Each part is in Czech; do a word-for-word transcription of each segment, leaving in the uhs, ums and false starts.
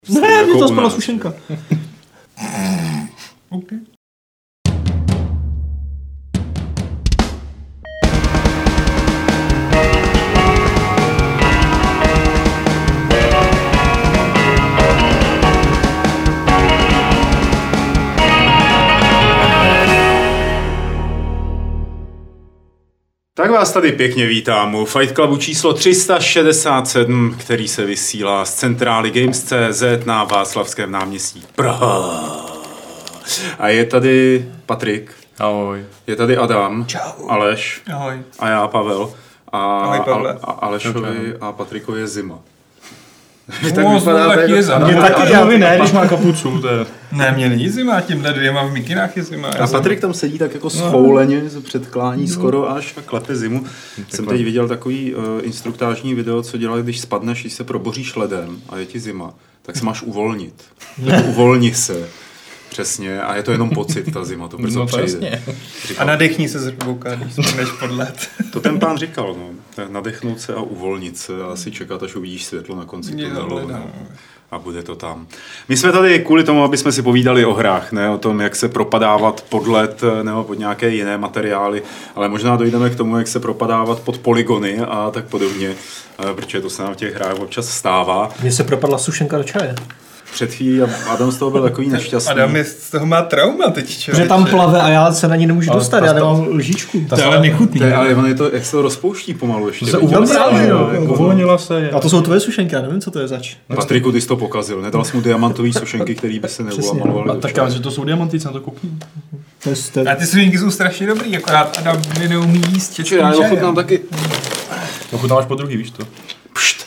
Ne, jako mě to spadla sušenka. Okay. Tak vás tady pěkně vítám u Fight Clubu číslo tři sta šedesát sedm, který se vysílá z centrály Games tečka cé zet na Václavském náměstí Praha. A je tady Patrik. Ahoj. Je tady Adam. Čau. Aleš. Ahoj. A já Pavel. A, Ahoj, Pavle. a Alešovi a Patrikovi je zima. Tak no, vypadá taky je zima. Mě taky Adamovi ne, když má kapucu. To je... Ne, mě není zima, tímhle dvěma v mikinách je zima. A Patrik tam sedí tak jako schouleně, se předklání no. skoro až a klepe zimu. Tak jsem teď viděl takový uh, instruktážní video, co dělají, když spadneš, když se proboříš ledem a je ti zima, tak se máš uvolnit. Uvolni se. Přesně, a je to jenom pocit, ta zima, to brzo no, přejde. A nadechni se z hluboka, když spadneš pod led. To ten pán říkal, no. Nadechnout se a uvolnit se a asi čekat, až uvidíš světlo na konci tunelu. No. A bude to tam. My jsme tady kvůli tomu, aby jsme si povídali o hrách, ne o tom, jak se propadávat pod led nebo pod nějaké jiné materiály, ale možná dojdeme k tomu, jak se propadávat pod polygony a tak podobně, protože to se nám v těch hrách občas stává. Mně se propadla sušenka do čaje. Před chvílí Adam z toho byl takový nešťastný. Adam je z toho má trauma teď, člověče. Že tam plave a já se na ní nemůžu ale dostat, já nemám lžičku. To je ale nechutný. To je, ale on je to, jak se to rozpouští pomalu ještě. To se uvolnila, uvolnila se. A to jsou tvoje sušenky, já nevím, co to je zač. Patriku, ty jsi to pokazil, nedal jsi mu diamantový sušenky, který by se neulamalovali. Tak já, že to jsou diamanty, co na to koupím. Ten... A ty sušenky jsou strašně dobrý, akorát Adam mi neumí jíst českým čajem. Já ochutnám taky. Ochutnáváš po druhý, víš to? Pšt.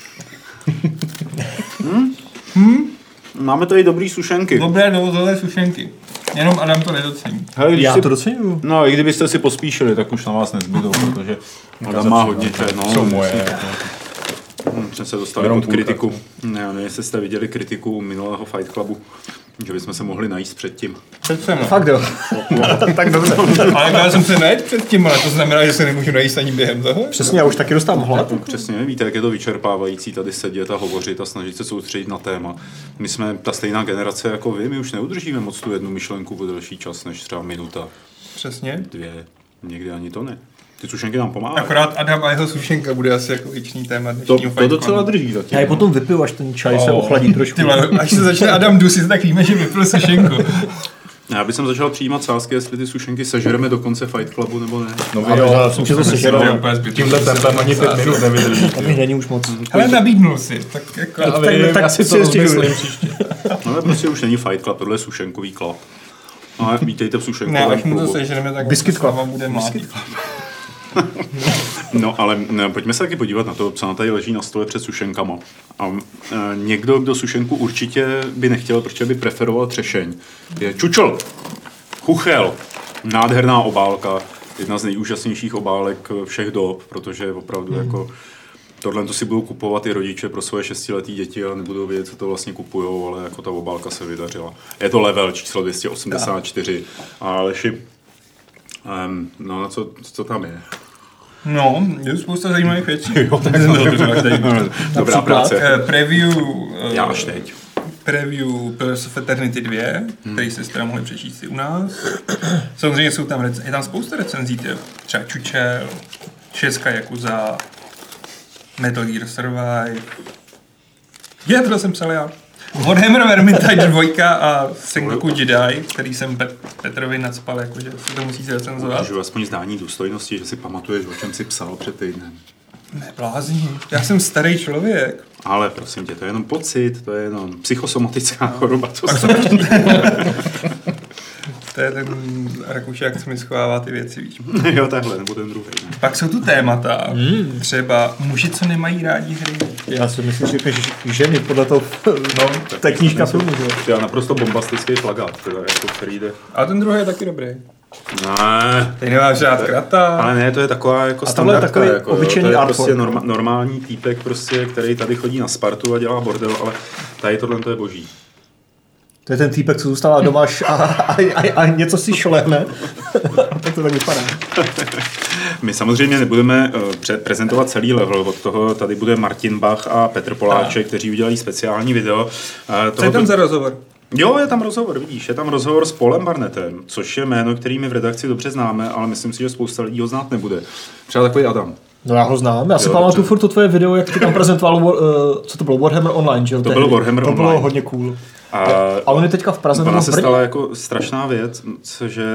hm? Hm? Máme tady dobrý sušenky. Dobré dovozové sušenky. Jenom Adam to nedocení. Hele, já si... to docením. No, i kdybyste si pospíšili, tak už na vás nezbydou, protože Adam má hodně čaj. No, jsou moje. Hm, jsme se dostali pod kritiku. Ne, nevím, jestli jste viděli kritiku minulého Fight Clubu, že bychom se mohli najíst předtím. Předtím. Fakt jo. Tak dobře. Ale já jsem se najet předtím, ale to znamená, že se nemůžu najíst ani během toho. Přesně, já už taky dostávám hlad. Přesně, víte, jak je to vyčerpávající tady sedět a hovořit a snažit se soustředit na téma. My jsme ta stejná generace jako vy, my už neudržíme moc tu jednu myšlenku po delší čas, než třeba minuta. Přesně. Dvě, někdy ani to ne. Ty sušenky nám pomáhají. Akorát Adam a jeho sušenka bude asi jako věčný téma dnešního To, to docela drží zatím. Já ji potom vypiju, až ten čaj oh. se ochladí trošku. Tyhle, až se začne Adam dusit, tak víme, že vypil sušenku. Já bych začal přijímat sázky, jestli ty sušenky sežereme do konce Fight Clubu nebo ne. No ale já jsem to sežeral. Tímhle tempem ani pět minut nevydrží. Tam jich není už moc. Ale nabídnul si. Tak jako... Tak, tak, tak si to rozmyslím příště. No ale prostě už není Fight Club, tohle je sušenkový klub. No a vítejte v sušenkovém klubu. Ne, až mu to sežereme, tak Biscuit Club bude mlátit. No, ale ne, pojďme se taky podívat na to, co na tady leží na stole před sušenkama. A e, někdo, kdo sušenku určitě by nechtěl, protože by preferoval třešeň, je čučl, chuchel, nádherná obálka, jedna z nejúžasnějších obálek všech dob, protože opravdu mm. jako tohle to si budou kupovat i rodiče pro svoje šestiletý děti a nebudou vědět, co to vlastně kupujou, ale jako ta obálka se vydařila. Je to level číslo dvě stě osmdesát čtyři. A Aleši, um, no co, co tam je? No, je spousta zajímavých věcí. Jo, tak dobrá práce. Uh, preview... Uh, Já až teď. Preview Pillars of Eternity dva, hmm. který jste teda mohli přečíst i u nás. Samozřejmě jsou tam, je tam spousta recenzí, třeba Čučel, Česká Yakuza, Metal Gear Survive. Je, to jsem psal já. Warhammer Vermintide dva a Sengoku Jedi, který jsem Pet- Petrovi nacpal, jakože si to musíte recenzovat. Můžu aspoň zdání důstojnosti, že si pamatuješ, o čem si psal před týdnem. Neblázni, já jsem starý člověk. Ale prosím tě, to je jenom pocit, to je jenom psychosomatická choroba. To, to je ten Rakušák, co mi schovává ty věci, víš. Jo, takhle, nebo ten druhý. Ne? Pak jsou tu témata, mm. třeba muži, co nemají rádi hry. Já si myslím, že řekneš ženy, podle toho, no, ta knížka filmu, že? Já naprosto bombastický plagát, teda, jako který jde. A ten druhý je taky dobrý. Ne. Ty nemáš rád krata. Ale ne, to je taková jako standardka, jako, to je prostě norma, normální týpek, prostě, který tady chodí na Spartu a dělá bordel, ale tady tohle to je boží. To je ten týpek, co zůstává doma a, a, a, a něco si šlehne. A tak to tak vypadá. My samozřejmě nebudeme uh, prezentovat celý level, od toho tady bude Martin Bach a Petr Poláček, a. kteří udělají speciální video. Uh, Co je tam za rozhovor? Jo, je tam rozhovor, vidíš, je tam rozhovor s Paulem Barnettem, což je jméno, který my v redakci dobře známe, ale myslím si, že spousta lidí ho znát nebude. Třeba takový Adam. No já ho znám, já si pamatuju furt to tvoje video, jak ty tam prezentoval, uh, co to bylo, Warhammer Online, že jo? To bylo Warhammer to Online. To bylo hodně cool. A, a on je teďka v Praze. Ona se stala jako strašná věc, že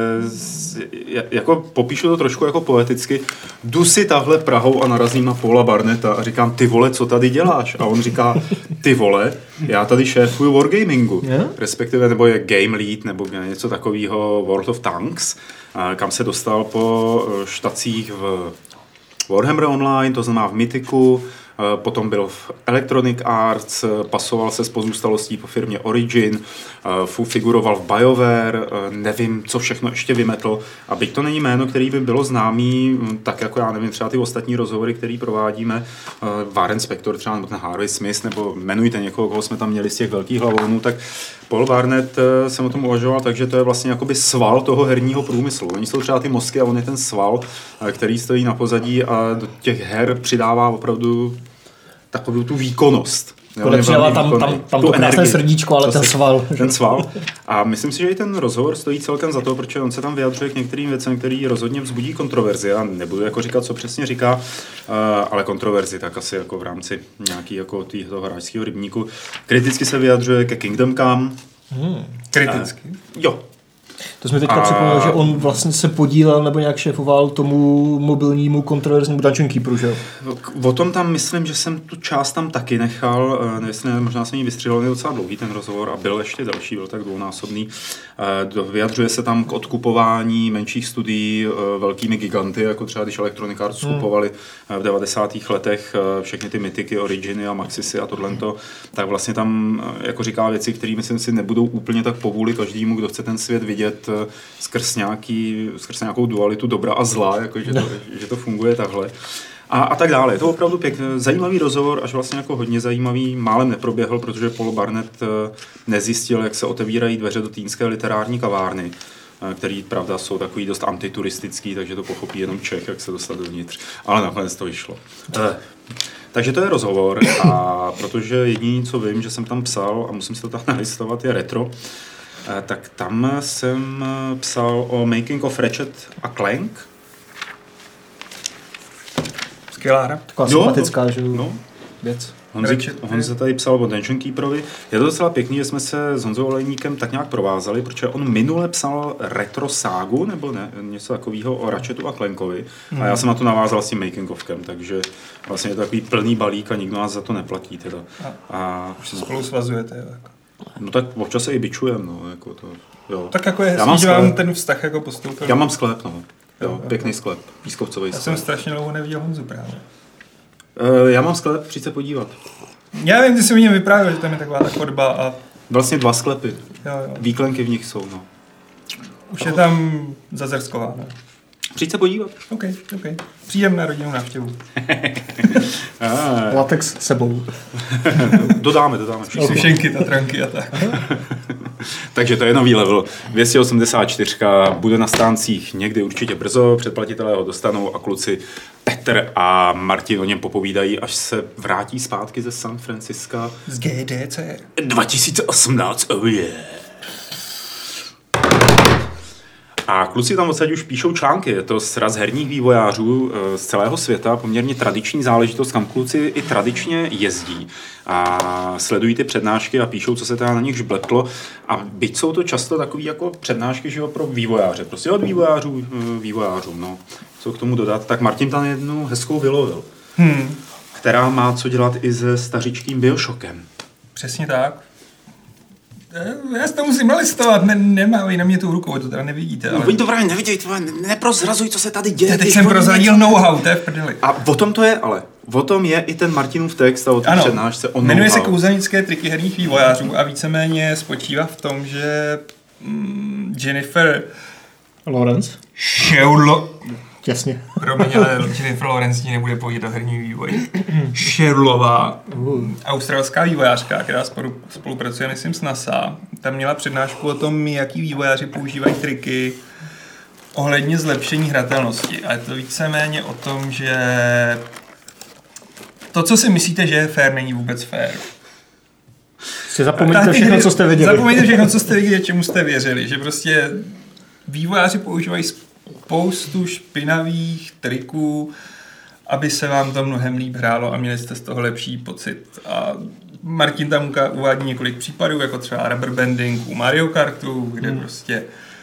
jako popíšu to trošku jako poeticky. Jdu si tahle Prahou a narazím na Paula Barnetta a říkám, ty vole, co tady děláš? A on říká, ty vole, já tady šéfuju Wargamingu, yeah? respektive nebo je Game Lead, nebo něco takového World of Tanks, kam se dostal po štacích v Warhammer Online, to znamená v Mythicu, potom byl v Electronic Arts, pasoval se s pozůstalostí po firmě Origin, figuroval v BioWare, nevím, co všechno ještě vymetl. A byť to není jméno, který by bylo známý, tak jako já nevím, třeba ty ostatní rozhovory, který provádíme, Warren Spector třeba, nebo ten Harvey Smith, nebo jmenujte někoho, koho jsme tam měli z těch velkých hlavounů, tak Paul Barnett jsem o tom uvažoval, takže to je vlastně jakoby sval toho herního průmyslu. Oni jsou třeba ty mozky a on je ten sval, který stojí na pozadí a do těch her přidává opravdu takovou tu výkonnost. Podepřela tam, tam, tam to krásné srdíčko, ale ten sval. Ten sval. A myslím si, že i ten rozhovor stojí celkem za to, protože on se tam vyjadřuje k některým věcem, který rozhodně vzbudí kontroverzi. Já nebudu jako říkat, co přesně říká, ale kontroverzi tak asi jako v rámci nějaký jako toho hráčského rybníku. Kriticky se vyjadřuje ke Kingdom Come. Hmm. Kriticky? Uh, jo. To jsme teďka a... připomněli, že on vlastně se podílel nebo nějak šéfoval tomu mobilnímu kontroverznímu Dungeon Keeperu, že jo? O tom tam myslím, že jsem tu část tam taky nechal, nevím, možná jsem ji vystřelil, je docela dlouhý ten rozhovor a byl ještě další, byl tak dvounásobný. Vyjadřuje se tam k odkupování menších studií velkými giganty, jako třeba když Electronic Arts hmm. skupovali v devadesátých letech všechny ty Mythicy, Originy a Maxisy a tohleto, tak vlastně tam jako říká věci, které myslím si nebudou úplně tak povůli každému, kdo chce ten svět vidět skrz, nějaký, skrz nějakou dualitu dobra a zla, jako že, to, že to funguje takhle. A, a tak dále. Je to opravdu pěkný, zajímavý rozhovor, až vlastně jako hodně zajímavý. Málem neproběhl, protože Paul Barnett nezjistil, jak se otevírají dveře do týnské literární kavárny, který, pravda, jsou takový dost antituristický, takže to pochopí jenom Čech, jak se dostat dovnitř. Ale nakonec to vyšlo. Eh. Takže to je rozhovor a protože jediný, co vím, že jsem tam psal a musím si to tak nalistovat, je retro, tak tam jsem psal o Making of Ratchet a Clank. Skvělá hra. Taková sympatická, že no. věc. Honzi, Honzi tady psal o Dungeon Keeperovi. Je to docela pěkný, že jsme se s Honzou Olejníkem tak nějak provázali, protože on minule psal retro ságu, nebo ne, něco takového o Ratchetu a Clankovi. Hmm. A já jsem na to navázal s tím making ofkem, takže vlastně je to takový plný balík a nikdo nás za to neplatí. Teda. A, a už se spolu svazujete, jo? Jako. No tak občas se i bičujem, no, jako to, jo. Tak jako je hezký, že vám ten vztah jako postoupil. Já mám sklep, no. Jo, jo, pěkný sklep, pískovcový já sklep. jsem strašně dlouho neviděl Honzu právě. Uh, já mám sklep, přijď se podívat. Já vím, ty jsi mi něm vyprávěl, že tam je taková ta chodba a... Vlastně dva sklepy. Jo, jo. Výklenky v nich jsou, no. Už je tam zazrsková, ne? Přijď se podívat. OK, OK. Přijdem na rodinnou návštěvu. Latex s sebou. dodáme, dodáme. Sušenky, tatranky a tak. Takže to je nový level. dvě stě osmdesát čtyři bude na stáncích někdy určitě brzo, předplatitelé ho dostanou a kluci Petr a Martin o něm popovídají, až se vrátí zpátky ze San Francisca. Z G D C. dva tisíce osmnáct, oh yeah. A kluci tam odsaď už píšou články, je to sraz herních vývojářů z celého světa, poměrně tradiční záležitost, kam kluci i tradičně jezdí a sledují ty přednášky a píšou, co se teda na nich žbletlo. A byť jsou to často takové jako přednášky, že jo, pro vývojáře, prostě od vývojářů vývojářům, no. Co k tomu dodat, tak Martin tam jednu hezkou vylovil, hmm. která má co dělat i se stařičkým Bioshockem. Přesně tak. Já si to musím nalistovat, ne, nemávají na mě tu rukou, to teda nevidíte. Ale... Oni to právě nevidějí, neprozrazuj, co se tady děje. Teď jsem prozradil know-how, to je v prdeli. A o tom to je, ale o tom je i ten Martinův text a o tom přednášce o jmenuje se Kouzelnické triky herních vývojářů a víceméně spočívá v tom, že mm, Jennifer Lawrence Sheulo... Jasně. Promiň, ale Jennifer Lawrence ti nebude povídat o herní vývoji. Sherlová, uh. australská vývojářka, která spolu, spolupracuje, myslím, s NASA, tam měla přednášku o tom, jaký vývojáři používají triky ohledně zlepšení hratelnosti. A je to víceméně o tom, že to, co si myslíte, že je fair, není vůbec fair. Si zapomeňte všechno, co jste viděli. Zapomeňte všechno, co jste viděli, čemu jste věřili. Že prostě vývojáři používají spoustu špinavých triků, aby se vám to mnohem líp hrálo a měli jste z toho lepší pocit. A Martin tam uvádí několik případů, jako třeba rubber banding u Mario Kartu, kde hmm. prostě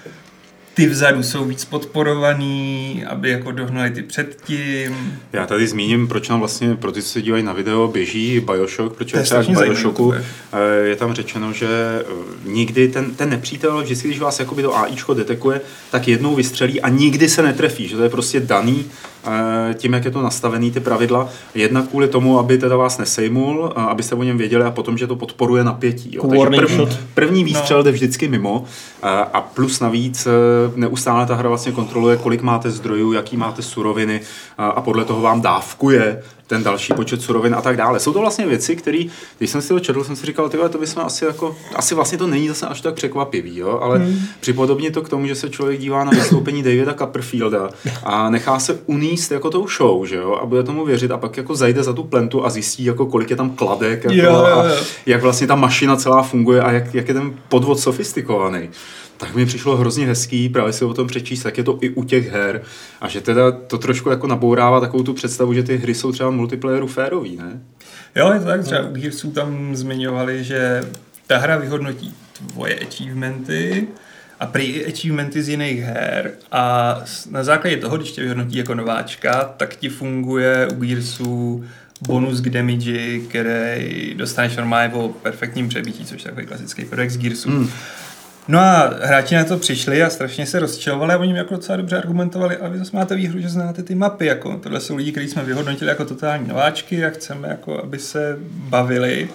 ty vzadu jsou víc podporovaný, aby jako dohnali ty předtím. Já tady zmíním, proč nám vlastně, pro ty, co se dívají na video, běží BioShock, protože třeba v BioShocku je tam řečeno, že nikdy ten, ten nepřítel, vždycky, když vás jakoby to AIčko detekuje, tak jednou vystřelí a nikdy se netrefí, že to je prostě daný tím, jak je to nastavený, ty pravidla, jednak kvůli tomu, aby teda vás nesejmul, abyste o něm věděli a potom, že to podporuje napětí. Jo. Takže první, první výstřel no. jde vždycky mimo a plus navíc neustále ta hra vlastně kontroluje, kolik máte zdrojů, jaký máte suroviny a podle toho vám dávkuje ten další počet surovin a tak dále. Jsou to vlastně věci, které, když jsem si to četl, jsem si říkal, tyhle, to bychom asi jako, asi vlastně to není zase až tak překvapivý, jo? Ale hmm. připodobně to k tomu, že se člověk dívá na vystoupení Davida Copperfielda a nechá se uníst jako tou show, že jo? A bude tomu věřit a pak jako zajde za tu plentu a zjistí, jako kolik je tam kladek jako, jo, jo, jo. a jak vlastně ta mašina celá funguje a jak, jak je ten podvod sofistikovaný. Tak mi přišlo hrozně hezký právě si o tom přečíst, tak je to i u těch her. A že teda to trošku jako nabourává takovou tu představu, že ty hry jsou třeba multiplayeru férový, ne? Jo, je to tak, třeba u Gearsů tam zmiňovali, že ta hra vyhodnotí tvoje achievementy a prý i achievementy z jiných her a na základě toho, když tě vyhodnotí jako nováčka, tak ti funguje u Gearsů bonus k damage, který dostaneš normálně po perfektním přebití, což je takový klasický prvek z Gearsů. Mm. No a hráči na to přišli a strašně se rozčilovali a oni mi jako docela dobře argumentovali a vy zase máte výhru, že znáte ty mapy, jako tohle jsou lidi, kteří jsme vyhodnotili jako totální nováčky a chceme, jako, aby se bavili.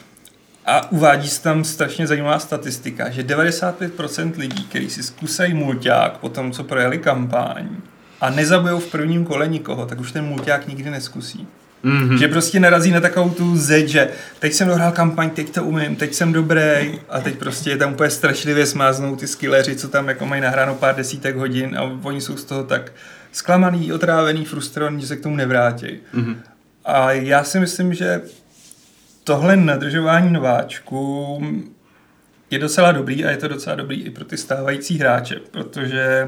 A uvádí se tam strašně zajímavá statistika, že devadesát pět procent lidí, kteří si zkusají mulťák po tom, co projeli kampaň a nezabijou v prvním kole nikoho, tak už ten mulťák nikdy neskusí. Mm-hmm. Že prostě narazí na takovou tu zeď, že teď jsem dohrál kampaň, teď to umím, teď jsem dobrý a teď prostě je tam úplně strašlivě smáznou ty skilleři, co tam jako mají nahráno pár desítek hodin a oni jsou z toho tak zklamaný, otrávený, frustrovaný, že se k tomu nevrátí. Mm-hmm. A já si myslím, že tohle nadržování nováčků je docela dobrý a je to docela dobrý i pro ty stávající hráče, protože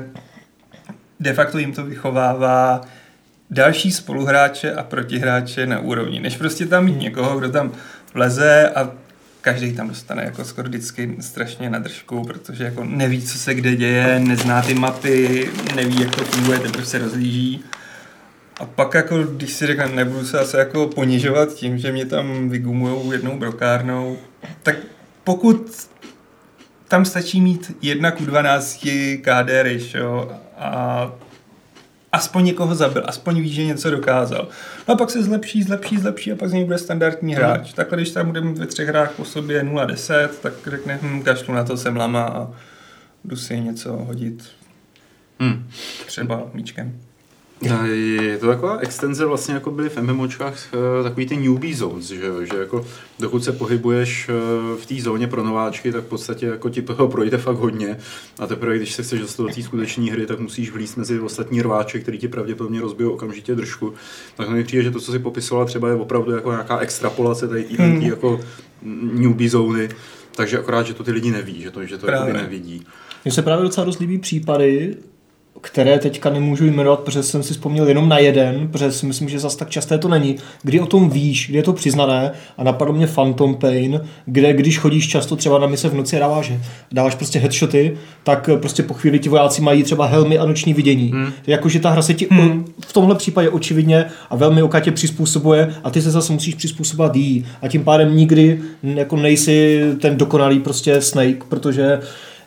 de facto jim to vychovává další spoluhráče a protihráče na úrovni, než prostě tam mít někoho, kdo tam vleze a každý tam dostane jako skoro vždycky strašně na držku, protože jako neví, co se kde děje, nezná ty mapy, neví, jak to funguje, teprve se rozlíží. A pak jako, když si řekne, nebudu se asi jako ponižovat tím, že mě tam vygumujou jednou brokárnou, tak pokud tam stačí mít jedna ku dvanácti K D ryš, jo, a aspoň někoho zabil, aspoň ví, že něco dokázal. No a pak se zlepší, zlepší, zlepší a pak z něj bude standardní hráč. Mm. Takhle, když tam budeme ve třech hrách po sobě nula deset, tak řekne, hm, kašlu na to, jsem lama a jdu si něco hodit. Mm. Třeba míčkem. Je to taková extenze, vlastně jako byly v MMOčkách takový ty newbie zones, že, že jako dokud se pohybuješ v té zóně pro nováčky, tak v podstatě jako ti toho projde fakt hodně a teprve když se chceš dostat do té skutečné hry, tak musíš vlízt mezi ostatní rváče, který ti pravděpodobně rozbijou okamžitě držku. Tak mi přijde, že to, co si popisovala, třeba je opravdu jako nějaká extrapolace tady té hmm. jako newbie zóny, takže akorát, že to ty lidi neví, že to, že to jakoby nevidí. Mně se právě docela dost líbí případy, které teďka nemůžu jmenovat, protože jsem si vzpomněl jenom na jeden, protože si myslím, že zas tak časté to není, kdy o tom víš, kdy je to přiznané a napadlo mě Phantom Pain, kde když chodíš často třeba na mise v noci a dáváš, dáváš prostě headshoty, tak prostě po chvíli ti vojáci mají třeba helmy a noční vidění. Hmm. Jakože ta hra se ti hmm. v tomhle případě očividně a velmi okatě přizpůsobuje a ty se zase musíš přizpůsobovat jí a tím pádem nikdy jako nejsi ten dokonalý prostě Snake, protože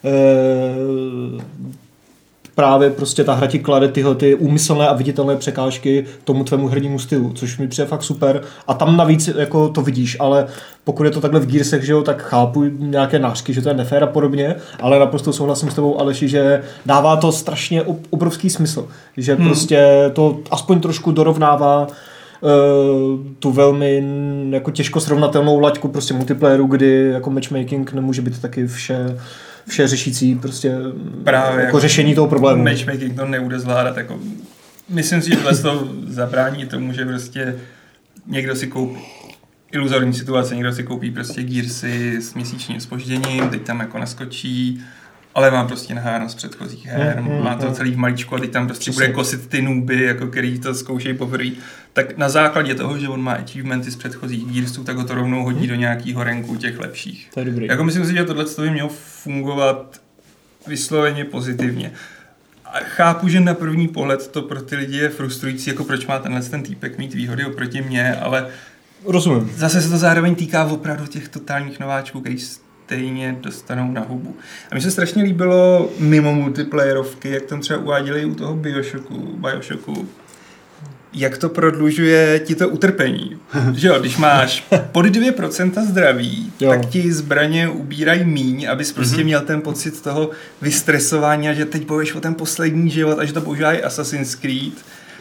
eh, právě prostě ta hra ti klade tyhle ty úmyslné a viditelné překážky tomu tvému hernímu stylu, což mi přijde fakt super. A tam navíc jako to vidíš, ale pokud je to takhle v Gearsech, že jo, tak chápu nějaké nářky, že to je nefér a podobně, ale naprosto souhlasím s tebou, Aleši, že dává to strašně obrovský smysl, že hmm. prostě to aspoň trošku dorovnává tu velmi jako těžko srovnatelnou laťku prostě multiplayeru, kdy jako matchmaking nemůže být taky vše, vše řešící prostě právě jako řešení toho problému. Matchmaking to nebude zvládat. Jako, myslím si, že to zabrání tomu, že prostě někdo si koupí iluzorní situace, někdo si koupí prostě Gearsy s měsíčním zpožděním, teď tam jako naskočí, ale má prostě naháno z předchozích her, mm, má to celý v maličku a teď tam prostě Přesně. bude kosit ty nooby, jako který to zkoušejí poprvé. Tak na základě toho, že on má achievementy z předchozích Gearsů, tak ho to rovnou hodí mm. do nějakého ranku těch lepších. To je dobrý. Jako myslím si, že tohle by mělo fungovat vysloveně pozitivně. A chápu, že na první pohled to pro ty lidi je frustrující, jako proč má tenhle ten týpek mít výhody oproti mně, ale rozumím. Zase se to zároveň týká opravdu těch totálních nováčků, kteří stejně dostanou na hubu. A mně se strašně líbilo mimo multiplayerovky, jak tam třeba uváděli u toho Bioshocku, Bioshocku, jak to prodlužuje ti to utrpení. Že jo, když máš pod dvě procenta zdraví, jo. tak ti zbraně ubírají míň, abys prostě mm-hmm. měl ten pocit toho vystresování, že teď bojuješ o ten poslední život a že to používá i Assassin's Creed.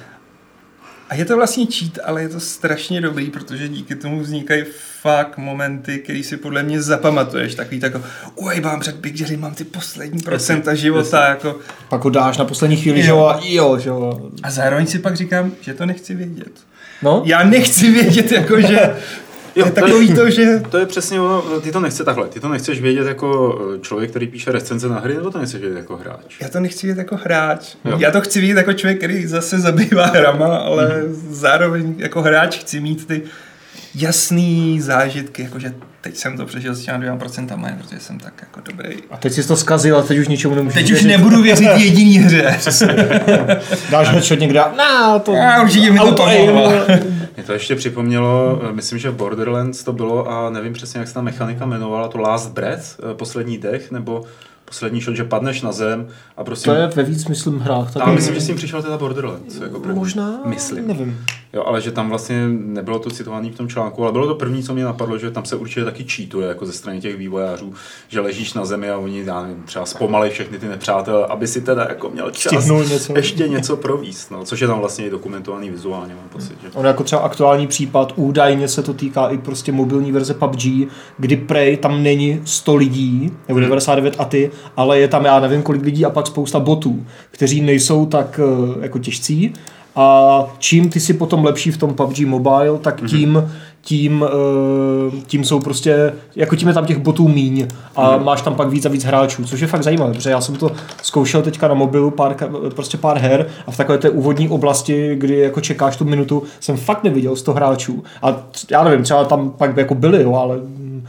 A je to vlastně cheat, ale je to strašně dobrý, protože díky tomu vznikají fakt momenty, který si podle mě zapamatuješ. Takový tako, ujebám před Big Jerry, mám ty poslední procenta jasně, života. Jasně. Jako... Pak ho dáš na poslední chvíli, že jo, jo, že jo. A zároveň si pak říkám, že to nechci vědět. No? Já nechci vědět, jako že... Jo, je takový to, že... To je přesně ono, ty to nechce takhle, ty to nechceš vědět jako člověk, který píše recenze na hry, nebo to nechceš vědět jako hráč? Já to nechci vědět jako hráč. Jo. Já to chci vědět jako člověk, který zase zabývá hrama, ale mm. zároveň jako hráč chci mít ty jasný zážitky, jakože teď jsem to přežil s těmi dvěma procentama, protože jsem tak jako dobrý. A teď jsi to zkazil a teď už ničemu nemůžu Teď věřit. Už nebudu věřit jediný hře. Dáš headshot někde a no, to... A určitě mi to pomohlo. Mě to ještě připomnělo, myslím, že Borderlands to bylo a nevím přesně, jak se ta mechanika jmenovala, to Last Breath, poslední dech, nebo poslední shot, že padneš na zem a prostě... To je ve víc, myslím, hrách. A myslím, že s tím přišel teda Borderlands. Jako první. Možná, myslím. nevím. Jo, ale že tam vlastně nebylo to citované v tom článku, ale bylo to první, co mě napadlo, že tam se určitě taky cheatuje, jako ze strany těch vývojářů, že ležíš na zemi a oni, já nevím, třeba zpomalej všechny ty nepřátelé, aby si teda jako měl čas něco. ještě něco províst, no, což je tam vlastně i dokumentovaný vizuálně, mám pocit. Že... On jako třeba aktuální případ, údajně se to týká i prostě mobilní verze P U B G, kdy prej tam není sto lidí, nebo devadesát devět a ty, ale je tam já nevím kolik lidí a pak spousta botů, kteří nejsou tak jako těžcí. A čím ty si potom lepší v tom P U B G Mobile, tak tím, tím, tím jsou prostě, jako tím je tam těch botů míň a máš tam pak víc a víc hráčů, což je fakt zajímavé, protože já jsem to zkoušel teďka na mobilu pár, prostě pár her a v takové té úvodní oblasti, kdy jako čekáš tu minutu, jsem fakt neviděl sto hráčů a já nevím, třeba tam pak jako byli, jo, ale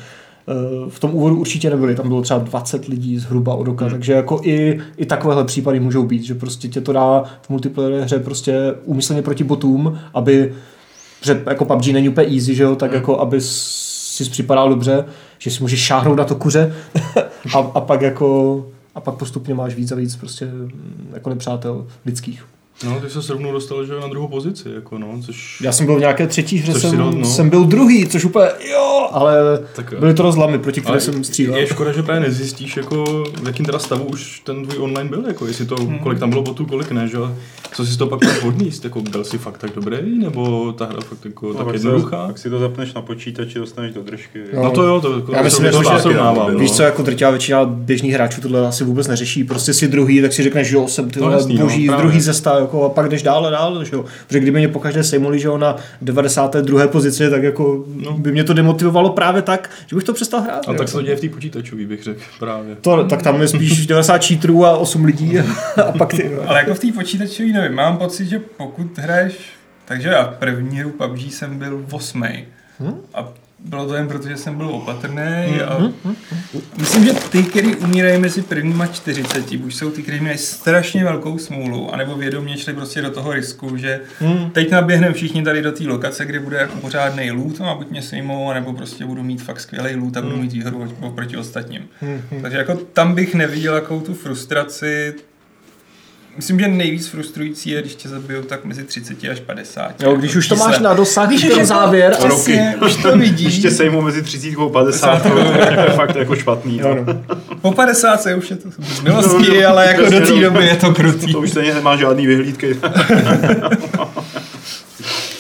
v tom úvodu určitě nebyli, tam bylo třeba dvacet lidí zhruba od oka, hmm. takže jako i, i takovéhle případy můžou být, že prostě tě to dá v multiplayer hře prostě úmyslně proti botům, aby, že jako P U B G není úplně easy, že jo, tak hmm. jako aby si připadal dobře, že si můžeš šáhnout na to kuře a, a pak jako a pak postupně máš víc a víc prostě jako nepřátel lidských. No, ty se rovnou dostal, že na druhou pozici, jako no, což... Já jsem byl v nějaké třetí hře, jsem, dal, no. jsem byl druhý, což úplně, jo, ale tak, byly to rozlamy, proti které jsem střílel. Je škoda, že právě nezjistíš, jako, v jakým teda stavu už ten tvůj online byl, jako, jestli to, hmm. kolik tam bylo botů, kolik ne, že? Co jsi z toho pak měl odníst, jako, byl jsi fakt tak dobrý, nebo ta hra fakt jako, no, tak jednoduchá? Tak si to zapneš na počítači, dostaneš do držky. No, no to jo, to, jako, já myslím, to, to, to, to, to, to víš co, jako drtivá většina běžných hráčů tohle asi vůbec neřeší, prostě si druhý, tak si řekneš, že jo, jsem tyhle no, boží, no, druhý zesta, jako, a pak jdeš dál dál, že jo. Protože kdyby mě pokaždé sejmuli, že jo, na devadesáté druhé pozici, tak jako no. by mě to demotivovalo právě tak, že bych to přestal hrát. A tak se to děje v té počítačový, bych řekl právě. To, tak tam je spíš devadesát cheaterů a osm lidí a pak ty. No. Ale jako v té počítačový nevím, mám pocit, že pokud hraješ, takže já první hru P U B G jsem byl osmý. Hmm? A bylo to jen proto, že jsem byl opatrný a mm-hmm. myslím, že ty, který umírají mezi prvníma čtyřiceti, buď jsou ty, kteří mají strašně velkou smůlu, anebo vědomě šli prostě do toho risku, že mm. teď naběhneme všichni tady do té lokace, kde bude jako pořádnej loot, a buď mě sejmou, anebo prostě budu mít fakt skvělej loot a budu mít výhodu oproti ostatním. Mm-hmm. Takže jako tam bych neviděl jakou tu frustraci. Myslím, že nejvíc frustrující je, když tě zabijou tak mezi třicet až padesát. Jo, když už to máš na dosah, když ten závěr, přesně, už to vidíš. Když tě sejmou mezi třicet a padesát, to je fakt jako špatný. No. No. Po padesát už je to z milosti, ale jako do té doby je to krutý. To už stejně nemá žádný vyhlídky.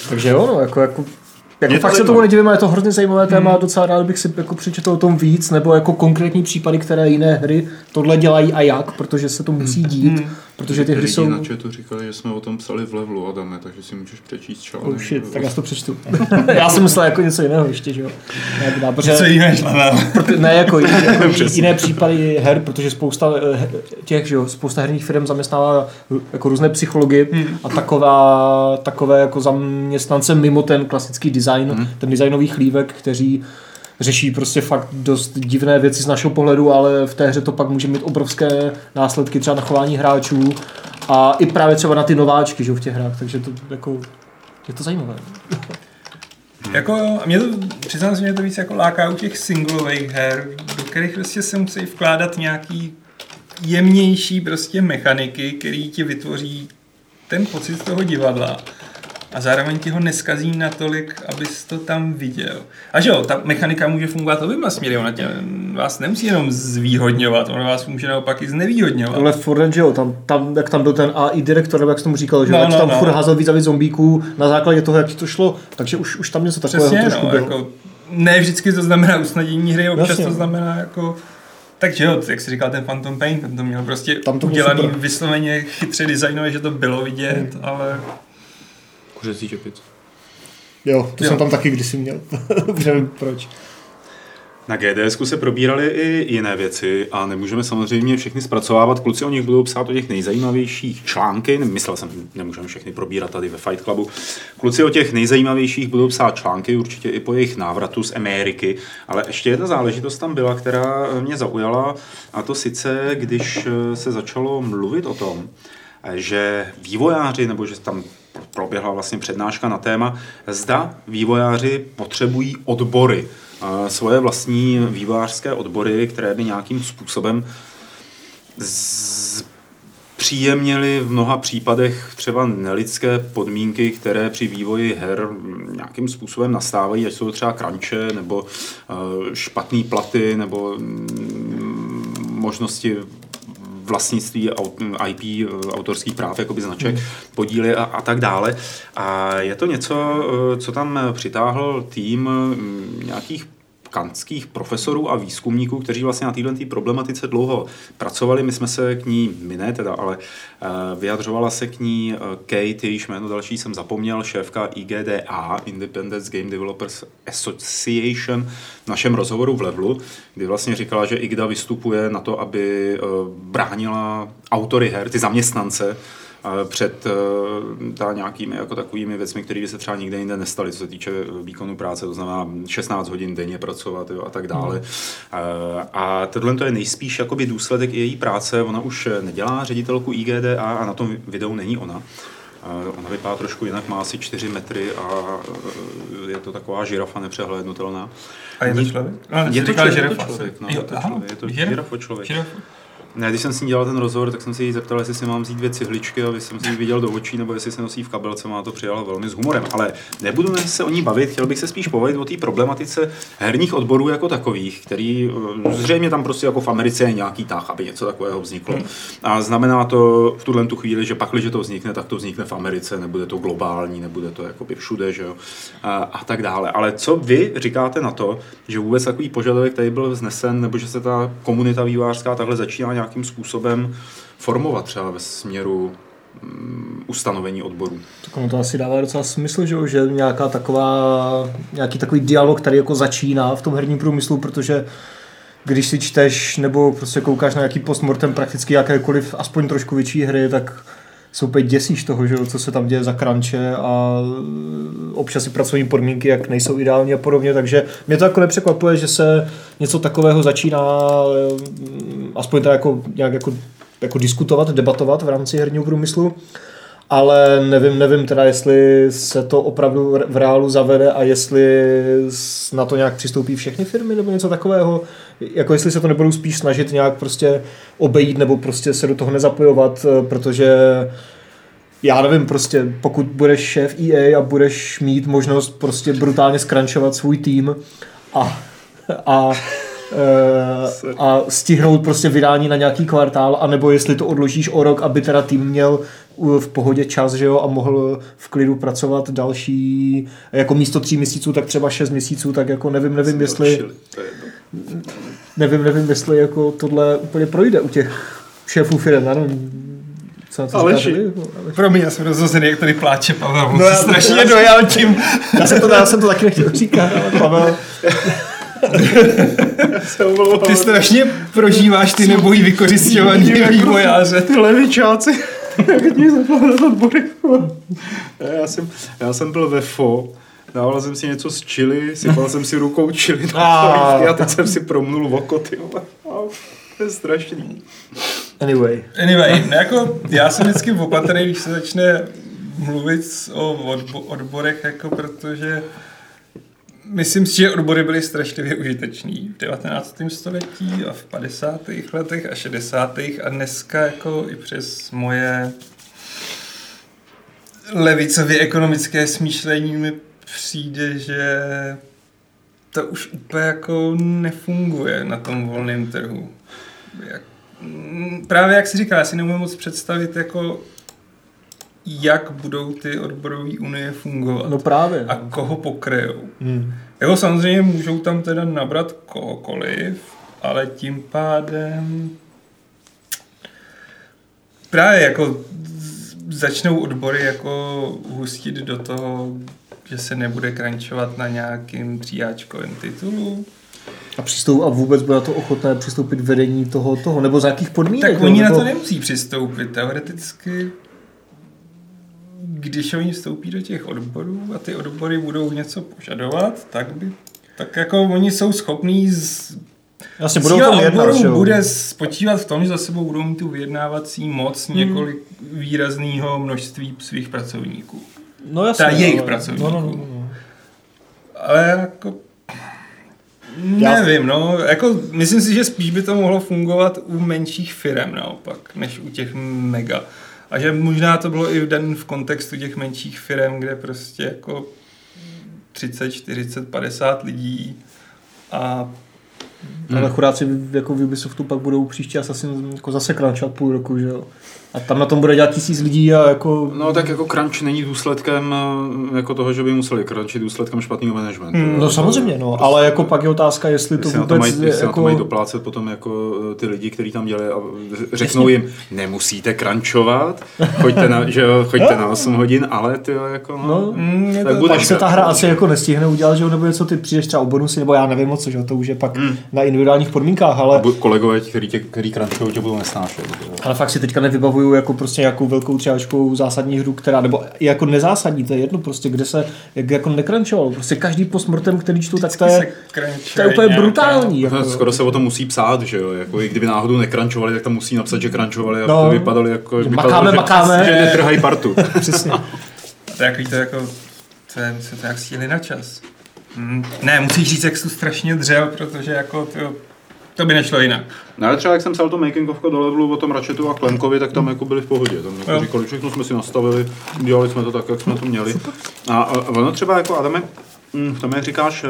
Takže jo, no, jako, jako Jako Mě fakt to se zajímavé. tomu nedivím, ale je to hrozně zajímavé téma, Hmm. docela rád bych si jako přečetl o tom víc, nebo jako konkrétní případy, které jiné hry tohle dělají a jak, protože se to musí dít, Hmm. protože ty hry Lidi jsou... na chatu říkali, že jsme o tom psali v levelu, Adame, takže si můžeš přečíst článek. Oh shit, tak já si to přečtu. Já jsem myslel jako něco jiného ještě, že jo. Ne, dá, protože, Co jiného než level. proto, ne jako, jako jiné případy her, protože spousta eh, těch, že jo, spousta herních firm zaměstnává jako různé psychology Hmm. a taková, takové jako zaměstnance mimo ten klasický design, Hmm. ten designový chlívek, kteří řeší prostě fakt dost divné věci z našeho pohledu, ale v té hře to pak může mít obrovské následky třeba na chování hráčů a i právě třeba na ty nováčky, že jo, v těch hrách, takže to jako je to zajímavé. Jako, mě to, přiznám se, mě to víc jako láká u těch singlových her, do kterých prostě se musí vkládat nějaký jemnější prostě mechaniky, který ti vytvoří ten pocit toho divadla. A zároveň ti ho neskazí natolik, abys to tam viděl. A že jo, ta mechanika může fungovat oběma směry, ona tě, vás nemusí jenom zvýhodňovat, ona vás může naopak i znevýhodňovat. Ale furt, že jo, tam, tam, jak tam byl ten A I direktor, nebo jak jsi tomu říkal, že No, no, no, tam no. furt házel víc a víc zombíků na základě toho, jak ti to šlo, takže už, už tam něco takového Přesně, trošku no, bylo. jako, ne vždycky to znamená usnadnění hry, občas Jasně. to znamená jako... Takže jo, jak jsi říkal ten Phantom Pain, tam to měl prostě Tam to bylo udělaný super. vysloveně chytře designové, že to bylo vidět, Hmm. ale... Kuřecí čepic. Jo, to Jo. jsem tam taky kdysi měl, už nevím proč. Na G D S ku se probíraly i jiné věci a nemůžeme samozřejmě všechny zpracovávat. Kluci o nich budou psát o těch nejzajímavějších články. Myslel jsem, nemůžeme všechny probírat tady ve Fight Clubu. Kluci o těch nejzajímavějších budou psát články, určitě i po jejich návratu z Ameriky. Ale ještě jedna záležitost tam byla, která mě zaujala, a to sice, když se začalo mluvit o tom, že vývojáři, nebo že tam proběhla vlastně přednáška na téma, zda vývojáři potřebují odbory, svoje vlastní vývojářské odbory, které by nějakým způsobem zpříjemnily v mnoha případech třeba nelidské podmínky, které při vývoji her nějakým způsobem nastávají, ať jsou třeba crunche, nebo špatné platy, nebo možnosti vlastnictví I P, autorských práv, jakoby značek, podíly a, a tak dále. A je to něco, co tam přitáhl tým nějakých kantských profesorů a výzkumníků, kteří vlastně na této problematice dlouho pracovali. My jsme se k ní, my ne teda, ale vyjadřovala se k ní Kate, jejíž jméno další jsem zapomněl, šéfka I G D A, Independent Game Developers Association, v našem rozhovoru v Levelu, kdy vlastně říkala, že I G D A vystupuje na to, aby bránila autory her, ty zaměstnance, před ta nějakými jako takovými věcmi, které by se třeba nikde jinde nestaly, co se týče výkonu práce, to znamená šestnáct hodin denně pracovat, jo, a tak dále. Hmm. A tohle to je nejspíš jakoby důsledek její práce. Ona už nedělá ředitelku I G D A a na tom videu není ona. Ona vypadá trošku jinak, má asi čtyři metry a je to taková žirafa nepřehlédnutelná. A je to člověk? No, je to říkal, člověk, žirafa. člověk, no, Jo, je to aha, člověk, je to žiraf? žirafo člověk. Žirafa. Ne, když jsem s ní dělal ten rozhovor, tak jsem se jí zeptal, jestli si mám vzít dvě cihličky, aby jsem si ji viděl do očí, nebo jestli se nosí v kabelce, má to přijala velmi s humorem. Ale nebudu se o ní bavit, chtěl bych se spíš povědět o té problematice herních odborů jako takových, který zřejmě tam prostě jako v Americe je nějaký tah, aby něco takového vzniklo. Hmm. A znamená to v tuhle tu chvíli, že pak, když to vznikne, tak to vznikne v Americe, nebude to globální, nebude to jakoby všude, že jo, a, a tak dále. Ale co vy říkáte na to, že vůbec takový požadavek tady byl vznesen, nebo že se ta komunita vývojářská takhle začíná nějakým způsobem formovat třeba ve směru um, ustanovení odborů? Tak ono to asi dává docela smysl, že, že nějaká taková, nějaký takový dialog, který jako začíná v tom herním průmyslu, protože když si čteš nebo prostě koukáš na nějaký postmortem prakticky jakékoliv aspoň trošku větší hry, tak se opět děsíš toho, že, co se tam děje za crunche a občas i pracovní podmínky, jak nejsou ideální a podobně, takže mě to jako nepřekvapuje, že se něco takového začíná aspoň tak jako, nějak jako, jako diskutovat, debatovat v rámci herního průmyslu, ale nevím, nevím teda, jestli se to opravdu v reálu zavede a jestli na to nějak přistoupí všechny firmy nebo něco takového, jako jestli se to nebudou spíš snažit nějak prostě obejít nebo prostě se do toho nezapojovat, protože já nevím, prostě pokud budeš šéf E A a budeš mít možnost prostě brutálně skrančovat svůj tým a, a uh, a stihnout prostě vydání na nějaký kvartál, anebo jestli to odložíš o rok, aby teda tým měl v pohodě čas, že jo, a mohl v klidu pracovat další, jako místo tří měsíců, tak třeba šest měsíců, tak jako nevím, nevím, jestli nevím, nevím, jestli jako tohle úplně projde u těch šéfů firem, ano. Aleši, promiň, já jsem rozhozený, jak tady pláče Pavel, no, já strašně dojal tím. Já jsem, to, já jsem to taky nechtěl říkat, ale Pavel. Ty strašně prožíváš ty nebojí vykořisťovaný vývojáře. Ty levičáci. já, jsem, já jsem byl ve F O, dával jsem si něco z chili, sypal jsem si rukou chili a teď jsem si promnul v oko, ty vole. To je strašný. Anyway. Anyway, no jako já jsem vždycky opatrný, když se začne mluvit o odbo- odborech, jako protože myslím si, že odbory byly strašlivě užitečný v devatenáctém století a v padesátých letech a šedesátých a dneska jako i přes moje levicově ekonomické smýšlení mi přijde, že to už úplně jako nefunguje na tom volném trhu. Jak, právě jak jsi říkal, já si nemůžu moc představit, jako, jak budou ty odborové unie fungovat. No právě. A koho pokryjou. Hmm. Jako samozřejmě můžou tam teda nabrat kohokoliv, ale tím pádem právě jako začnou odbory jako hustit do toho, že se nebude crunchovat na nějakým tříáčkovém titulu. A, přistoup, a vůbec bude to ochotné přistoupit vedení toho, toho nebo za jakých podmínek? Tak oni nebo... na to nemusí přistoupit. Teoreticky, když oni vstoupí do těch odborů a ty odbory budou něco požadovat, tak by, tak jako oni jsou schopní z... Asi budou to odborů bude spočívat v tom, že za sebou budou mít tu vyjednávací moc hmm. několik výrazného množství svých pracovníků. No jasně. Ta jejich ale... pracovníků. No, no, no, no. Ale jako... Nevím, no, jako myslím si, že spíš by to mohlo fungovat u menších firem naopak, než u těch mega. A že možná to bylo i den v kontextu těch menších firem, kde prostě jako třicet, čtyřicet, padesát lidí a... Hmm. Ale chudáci jako v Ubisoftu pak budou příště asi jako zase crunchovat půl roku, že jo? A tam na tom bude dělat tisíc lidí a jako... No tak jako crunch není důsledkem jako toho, že by museli crunchit důsledkem špatného managementu. Mm, no samozřejmě, no, prostě, ale jako pak je otázka, jestli to vůbec... Jestli jako... na to mají doplácet potom jako ty lidi, kteří tam dělají a řeknou jim, nemusíte crunchovat, choďte na, že jo, choďte na osm hodin, ale ty jo, jako no... no mm, tak to, pak se ta hra asi jako nestihne udělat, že jo, nebo něco, ty přijdeš třeba o bonusy, nebo já nevím moc, že jo, to už je pak mm. na individuálních podmínkách, ale... Kolegové, kteří, tě, kteří crunchují, tě budou nesnášet. Ale fakt si teďka nevybavuju jako prostě nějakou velkou třiáčkovou zásadní hru, která, nebo jako nezásadní, to je jedno prostě, kde se jak, jako nekrančovalo. Prostě každý postmortem, který čtu, tak to je, to je úplně brutální. Jako. Jako. Skoro se o tom musí psát, že jo, jako i kdyby náhodou nekrančovali, tak tam musí napsat, že krančovali, aby no, to vypadali jako... Makáme, vypadalo, makáme. Že, že netrhají partu. Přesně. To je to jako, to je, to jak stíli na čas. Hmm. Ne, musíš říct, jak jsi tu strašně dřel, protože jako to, to by nešlo jinak. No ale třeba jak jsem psal to making ofko do levelu o tom Ratchetu a Klemkovi, tak tam jako byli v pohodě. Tam jako říkali, všechno jsme si nastavili, dělali jsme to tak, jak jsme to měli. A, a ono třeba jako, Adame, v tom jak říkáš,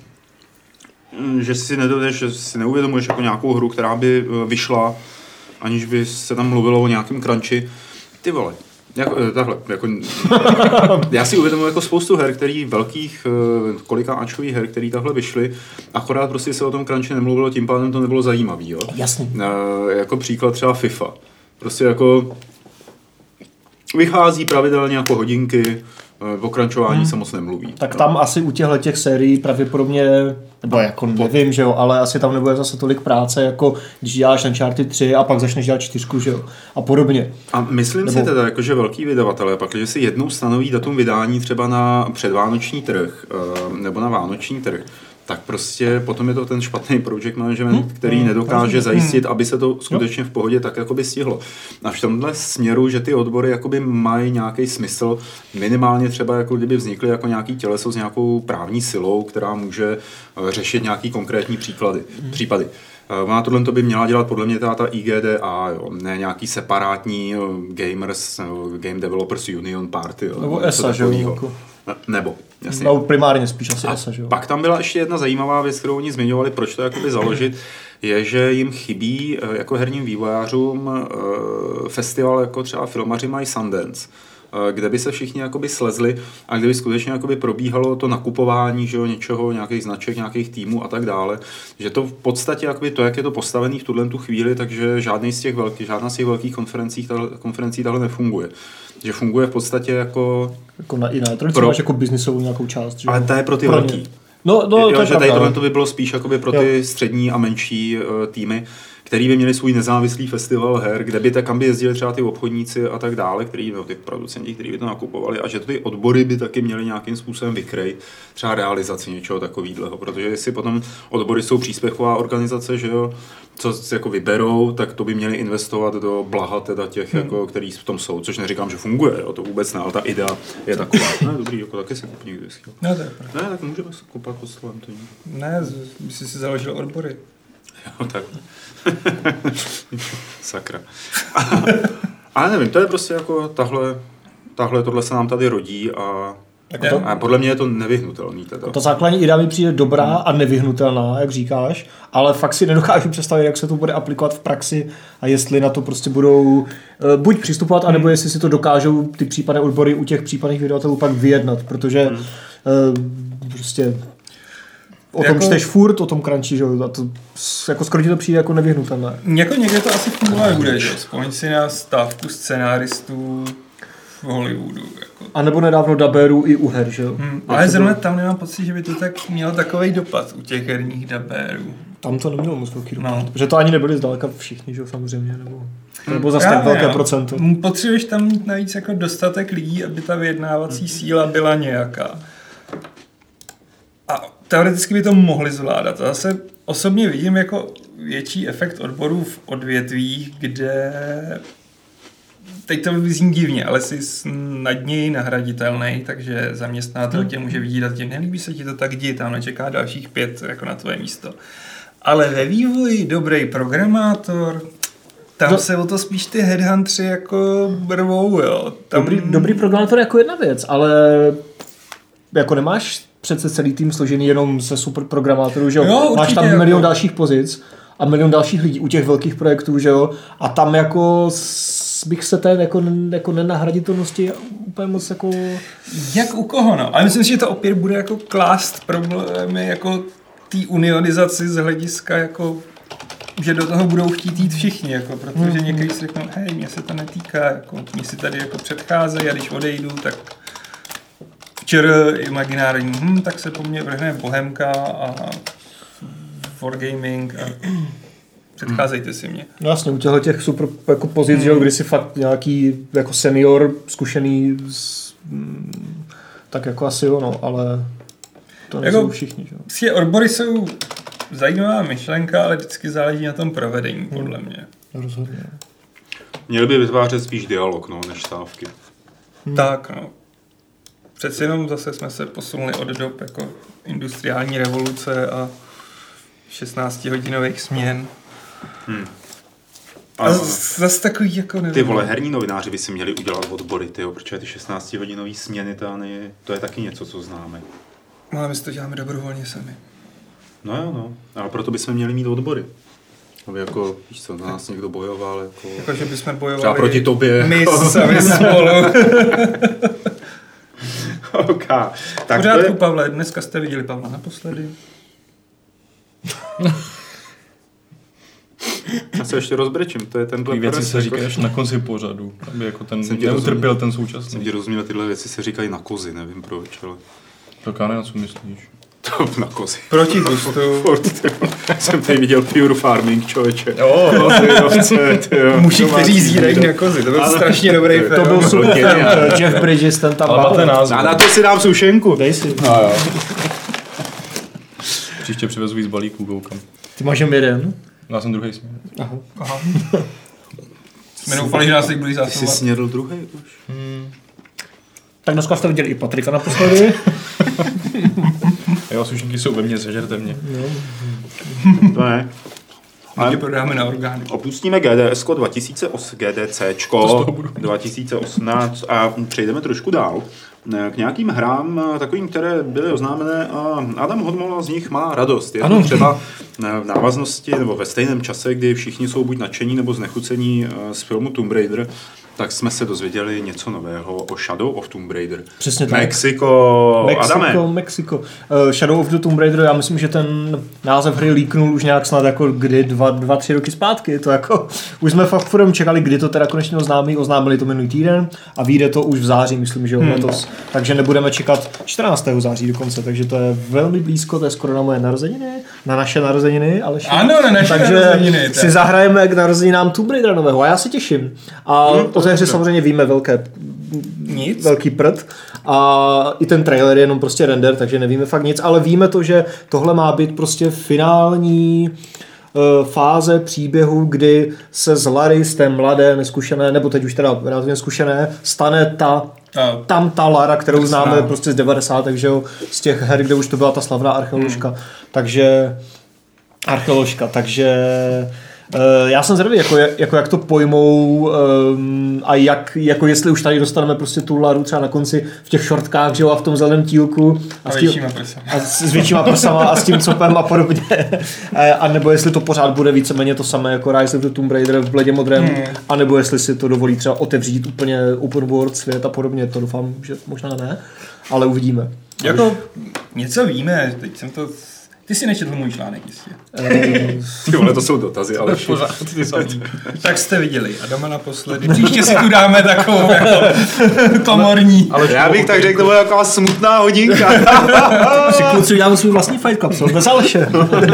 že si nedovedeš, že si neuvědomuješ jako nějakou hru, která by vyšla, aniž by se tam mluvilo o nějakém crunchi. Ty vole. Jako, takhle, jako, já si uvědomuji jako spoustu her, který velkých, kolika áčkových her, který takhle vyšly, akorát prostě se o tom crunchi nemluvilo, tím pádem to nebylo zajímavý, jo. Jasně. E, jako příklad třeba FIFA. Prostě jako vychází pravidelně jako hodinky, o crunčování hmm. se moc nemluví. Tak tam no. asi u těchto těch sérií pravděpodobně, nebo jako nevím, že jo, ale asi tam nebude zase tolik práce, jako když děláš Uncharted tři a pak začneš dělat čtyřku, že jo, a podobně. A myslím nebo... si teda, jako, že velký vydavatelé, pak, když si jednou stanoví datum vydání třeba na předvánoční trh, nebo na vánoční trh, tak prostě potom je to ten špatný project management, hmm. který hmm. nedokáže hmm. zajistit, aby se to skutečně v pohodě tak jakoby stihlo. A v tomhle směru, že ty odbory jakoby mají nějaký smysl, minimálně třeba jako kdyby vznikly jako nějaký těleso s nějakou právní silou, která může řešit nějaký konkrétní příklady, hmm. případy. Ona tohle to by měla dělat podle mě ta I G D A, jo. Ne nějaký separátní gamers, Game Developers Union Party. Jo, nebo E S A, že jo. Nebo, jasně. No primárně spíš asi A esa, že jo. pak tam byla ještě jedna zajímavá věc, kterou oni zmiňovali, proč to jakoby založit, je, že jim chybí jako herním vývojářům festival, jako třeba filmaři mají Sundance, kde by se všichni jakoby slezli a kde by skutečně jakoby probíhalo to nakupování, že jo, něčeho, nějakých značek, nějakých týmů a tak dále. Že to v podstatě jakoby to, jak je to postavený v tuhle tu chvíli, takže žádný z těch velkých, žádná z těch velkých konferencí, tahle, konferencí tahle nefunguje. Že funguje v podstatě jako... Jako na, i na elektronice pro... máš jako biznisovou nějakou část, že jo. Ale ta je pro ty pro velký. No, no, jo, to je že pravda. tady to by bylo spíš jakoby pro ty jo. střední a menší uh, týmy, který by měli svůj nezávislý festival her, kde by tak, kam by jezdili třeba ty obchodníci a tak dále, který, no, ty producenti, kteří by to nakupovali, a že ty odbory by taky měly nějakým způsobem vykrejt třeba realizaci něčeho takového, protože jestli potom odbory jsou příspěvková organizace, že jo, co jako vyberou, tak to by měli investovat do blaha teda těch, hmm. jako, který v tom jsou, což neříkám, že funguje, jo, to vůbec ne, ale ta idea je taková. Ne, dobrý, jako taky si kup někdy whisky. No, to je ne, tak můžeme se koupat pod stolem. To ne, by si si založil odbory. Jo, tak. Sakra. Ale nevím, to je prostě jako tahle, tahle tohle se nám tady rodí a, to, a podle mě je to nevyhnutelný teda. Ta základní idea mi přijde dobrá a nevyhnutelná, jak říkáš, ale fakt si nedokážu představit, jak se to bude aplikovat v praxi a jestli na to prostě budou uh, buď přistupovat, anebo hmm. jestli si to dokážou ty případné odbory u těch případných vydavatelů pak vyjednat, protože hmm. uh, prostě o tom jako, čteš furt, o tom crunchi, že jo, a to jako skoro ti to přijde jako nevyhnutelné. Jako někde to asi fungovat bude, že jo, vzpomeň si na stávku scenáristů v Hollywoodu, jako. A nebo nedávno dabérů i u her, že jo. Hmm, ale zrovna tam nemám pocit, že by to tak mělo takovej dopad u těch herních dabérů. Tam to nemělo moc velký dopad, no. protože to ani nebyli zdaleka všichni, že jo, samozřejmě, nebo, nebo zase tak velké jo. procento. Potřebuješ tam mít navíc jako dostatek lidí, aby ta vyjednávací síla byla nějaká. A teoreticky by to mohli zvládat. A zase osobně vidím jako větší efekt odborů v odvětvích, kde teď to vyzní divně, ale jsi snadněji nahraditelný, takže zaměstnatel tě může vydírat, tě nelíbí se ti to, tak jdi, tam nečeká dalších pět jako na tvoje místo. Ale ve vývoji dobrý programátor, tam no. se o to spíš ty headhuntři jako brvou, jo. Tam... Dobrý, dobrý programátor je jako jedna věc, ale jako nemáš přece celý tým složený jenom se super programátorů, že jo? jo máš tam milion jako... dalších pozic a milion dalších lidí u těch velkých projektů, že jo? A tam jako bych se té jako, jako nenahraditelnosti úplně moc jako... Jak u koho, no? Ale myslím si, že to opět bude jako klást problémy jako té unionizaci z hlediska jako že do toho budou chtít jít všichni, jako, protože někteří si řeknou, hej, mě se to netýká, jako, mě si tady jako předcházejí a když odejdu, tak včera imaginární, hm, tak se po mně vrhne Bohemka a Wargaming a předcházejte si mě. No jasně, u těchto těch super jako pozic, hmm. kdy si fakt nějaký jako senior, zkušený, z, tak jako asi jo, no, ale to nejsou jako, všichni. Že? Odbory jsou zajímavá myšlenka, ale vždycky záleží na tom provedení, podle mě. Rozhodně. Měli by vytvářet spíš dialog, no, než stávky. Hmm. Tak, no. Přeci jenom zase jsme se posunuli od dob jako industriální revoluce a šestnáctihodinových směn. Hmm. A, a zase takový jako nevím. Ty vole, herní novináři by si měli udělat odbory, tyjo, protože ty šestnáctihodinový směny, to, ne, to je taky něco, co známe. No, ale my si to děláme dobrovolně sami. No jo, no. Ale proto bychom měli mít odbory. Aby jako, víš co, na nás někdo bojoval, jako... Jako, že bychom bojovali... Třeba proti tobě. My sami spolu. OK. Tak pořádku, je... Pavle, dneska jste viděli Pavla naposledy. Já se ještě rozbrečím, to je tenhle... Ty věci se říkají až na konci pořadu, aby jako ten neutrpěl ten současný. Jsem ti rozuměl, tyhle věci se říkají na kozy, nevím proč, ale... Tak já ne, na co myslíš? To na kozy. Proti gustu. Jsem tady viděl Pure Farming, člověče. Jo, muži, kteří zírají na kozy, to byl ale, strašně dobrý film. To byl super, Jeff Bridges, ten tam máte názor. A na to si dám sušenku. Dej si. No, jo. Příště přivezu víc balíků, koukám. Ty máš jen jeden? Já jsem druhý směr. Aha. Aha. Jsme doufali, že nás teď byli zásobovat. Ty jsi snědl druhý už? Hmm. Tak dneska jste viděli i Patrika naposledy. Jo, sušenky jsou ve mně, sežerte mě. No. To ne. My tě prodáme na orgány. Opustíme G D S dva tisíce osm, G D C dva tisíce osmnáct a přejdeme trošku dál. k nějakým hrám, takovým, které byly oznámené a Adam Hodmola z nich má radost. Je Ano. to třeba v návaznosti nebo ve stejném čase, kdy všichni jsou buď nadšení nebo znechucení z filmu Tomb Raider, tak jsme se dozvěděli něco nového o Shadow of Tomb Raider. Přesně tak. Mexiko, Adame. Mexiko, Mexiko. Uh, Shadow of the Tomb Raider, já myslím, že ten název hry líknul už nějak snad jako kdy, dva, dva, tři roky zpátky. To jako, už jsme fakt furt čekali, kdy to teda konečně oznámí, oznámili to minulý týden a vyjde to už v září, myslím, že jo, hmm. letos. Takže nebudeme čekat čtrnáctého září dokonce, takže to je velmi blízko, to je skoro na moje narozeniny, na naše narozeniny, ale ano, na naše takže narozeniny. Takže si zahrajeme k narozeninám Tomb Raider nového a já se těším. A hmm, o té hře samozřejmě víme velké, nic. velký prd a i ten trailer je jenom prostě render, takže nevíme fakt nic, ale víme to, že tohle má být prostě finální uh, fáze příběhu, kdy se z Larry, z té mladé, neskušené, nebo teď už teda relativně zkušené, stane ta A. tam ta Lara, kterou Přesná. známe prostě z devadesátek, že jo, z těch her, kde už to byla ta slavná archeoložka, hmm. takže archeoložka, takže Uh, já jsem zvědavý, jako, jako jak to pojmou um, a jak, jako jestli už tady dostaneme prostě tu Laru třeba na konci v těch šortkách, že jo, a v tom zeleném tílku A, a, s, většíma prsama. a s, s většíma prsama a s tím copem a podobně. A nebo jestli to pořád bude víceméně to samé jako Rise of the Tomb Raider v bledě modrém, hmm. a nebo jestli si to dovolí třeba otevřít úplně open world svět a podobně, to doufám, že možná ne, ale uvidíme. Jako něco víme, teď jsem to... Ty si nečetl můj článek jistě. Ty vole, to jsou dotazy, ale Pořád ty samý. Tak jste viděli Adama naposledy. Příště si tu dáme takovou jako komorní. ale já bych tak řekl, to bude taková smutná hodinka. Si kluci uděláme svůj vlastní Fight Club, bez Aleše.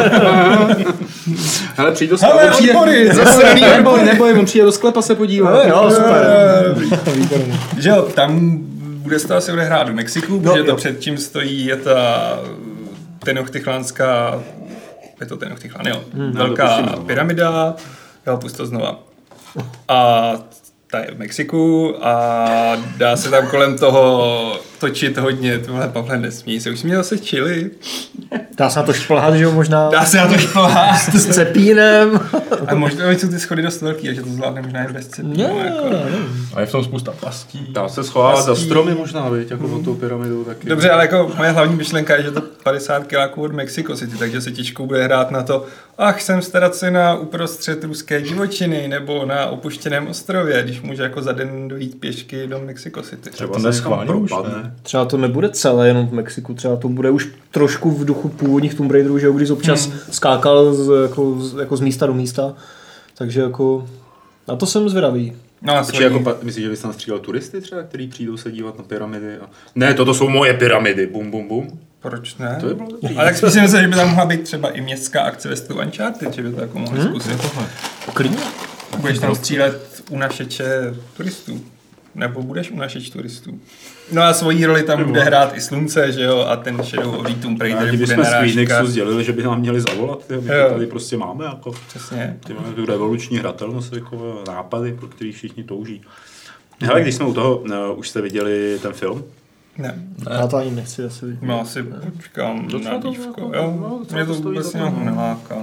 Hele, přijdu s Hele, kámoší. odbory, Zase neboj, neboj, on přijde do sklepa se podívat. Jo, super. Že jo, tam bude se to asi odehrát v Mexiku, No, protože to jo. před čím stojí je ta Tenochtitlanská, je to Tenochtitlan, jo, hmm, velká pyramida, jo, pust to znova. A ta je v Mexiku a dá se tam kolem toho točit hodně, tohle Pavle nesmí se, už jsme zase chili. Dá se na to šplhat, že jo, možná Dá se na to šplhat. s cepínem. A možná jsou ty schody dost velký, takže to zvládne možná i bez cepínu. Ne, Jako. A je v tom spousta pastí. Dá se schovávat za Pastí. stromy možná, viď, jako pod tou pyramidou taky. Dobře, ale jako moje hlavní myšlenka je, že to padesát kiláků od Mexico City, takže se těžko bude hrát na to, ach, jsem ztracena uprostřed ruské divočiny nebo na opuštěném ostrově, když může jako za den dojít pěšky do Mexico City. Třeba To se neschválně někam už, propadne. Třeba to nebude celé jenom v Mexiku, třeba to bude už trošku v duchu původních Tomb Raiderů, že jo, když občas hmm. skákal z, jako, z, jako z místa do místa, takže jako na to jsem zvědavý. No a Takže svojí... jako, pa- myslíš, že bys tam střílel turisty třeba, kteří přijdou se dívat na pyramidy? A... Ne, toto jsou moje pyramidy, bum, bum, bum. Proč ne? To by bylo dobrý. Ale tak si myslím, že by tam mohla být třeba i městská akce ve stylu Uncharted, že by to jako mohli hmm? zkusit. Klidně. Budeš tam střílet unašeče turistů. Nebo budeš unašeč turistů. No a svojí roli tam bude hrát i slunce, že jo, a ten Shadow of the Tomb Raider bude Kdybychom z narážka. Queenixu sdělili, že by nám měli zavolat, ty, my Jo. to tady prostě máme, jako, Přesně. ty máme tu revoluční hratelnost, jako nápady, pro který všichni touží. Hele, když jsme u toho, no, už jste viděli ten film? Ne. Já to ani nechci asi vidět. No asi počkám Docela na to dívko, jako- jo. no, docela Mě to to stojí vůbec za to, nějak no. neláká.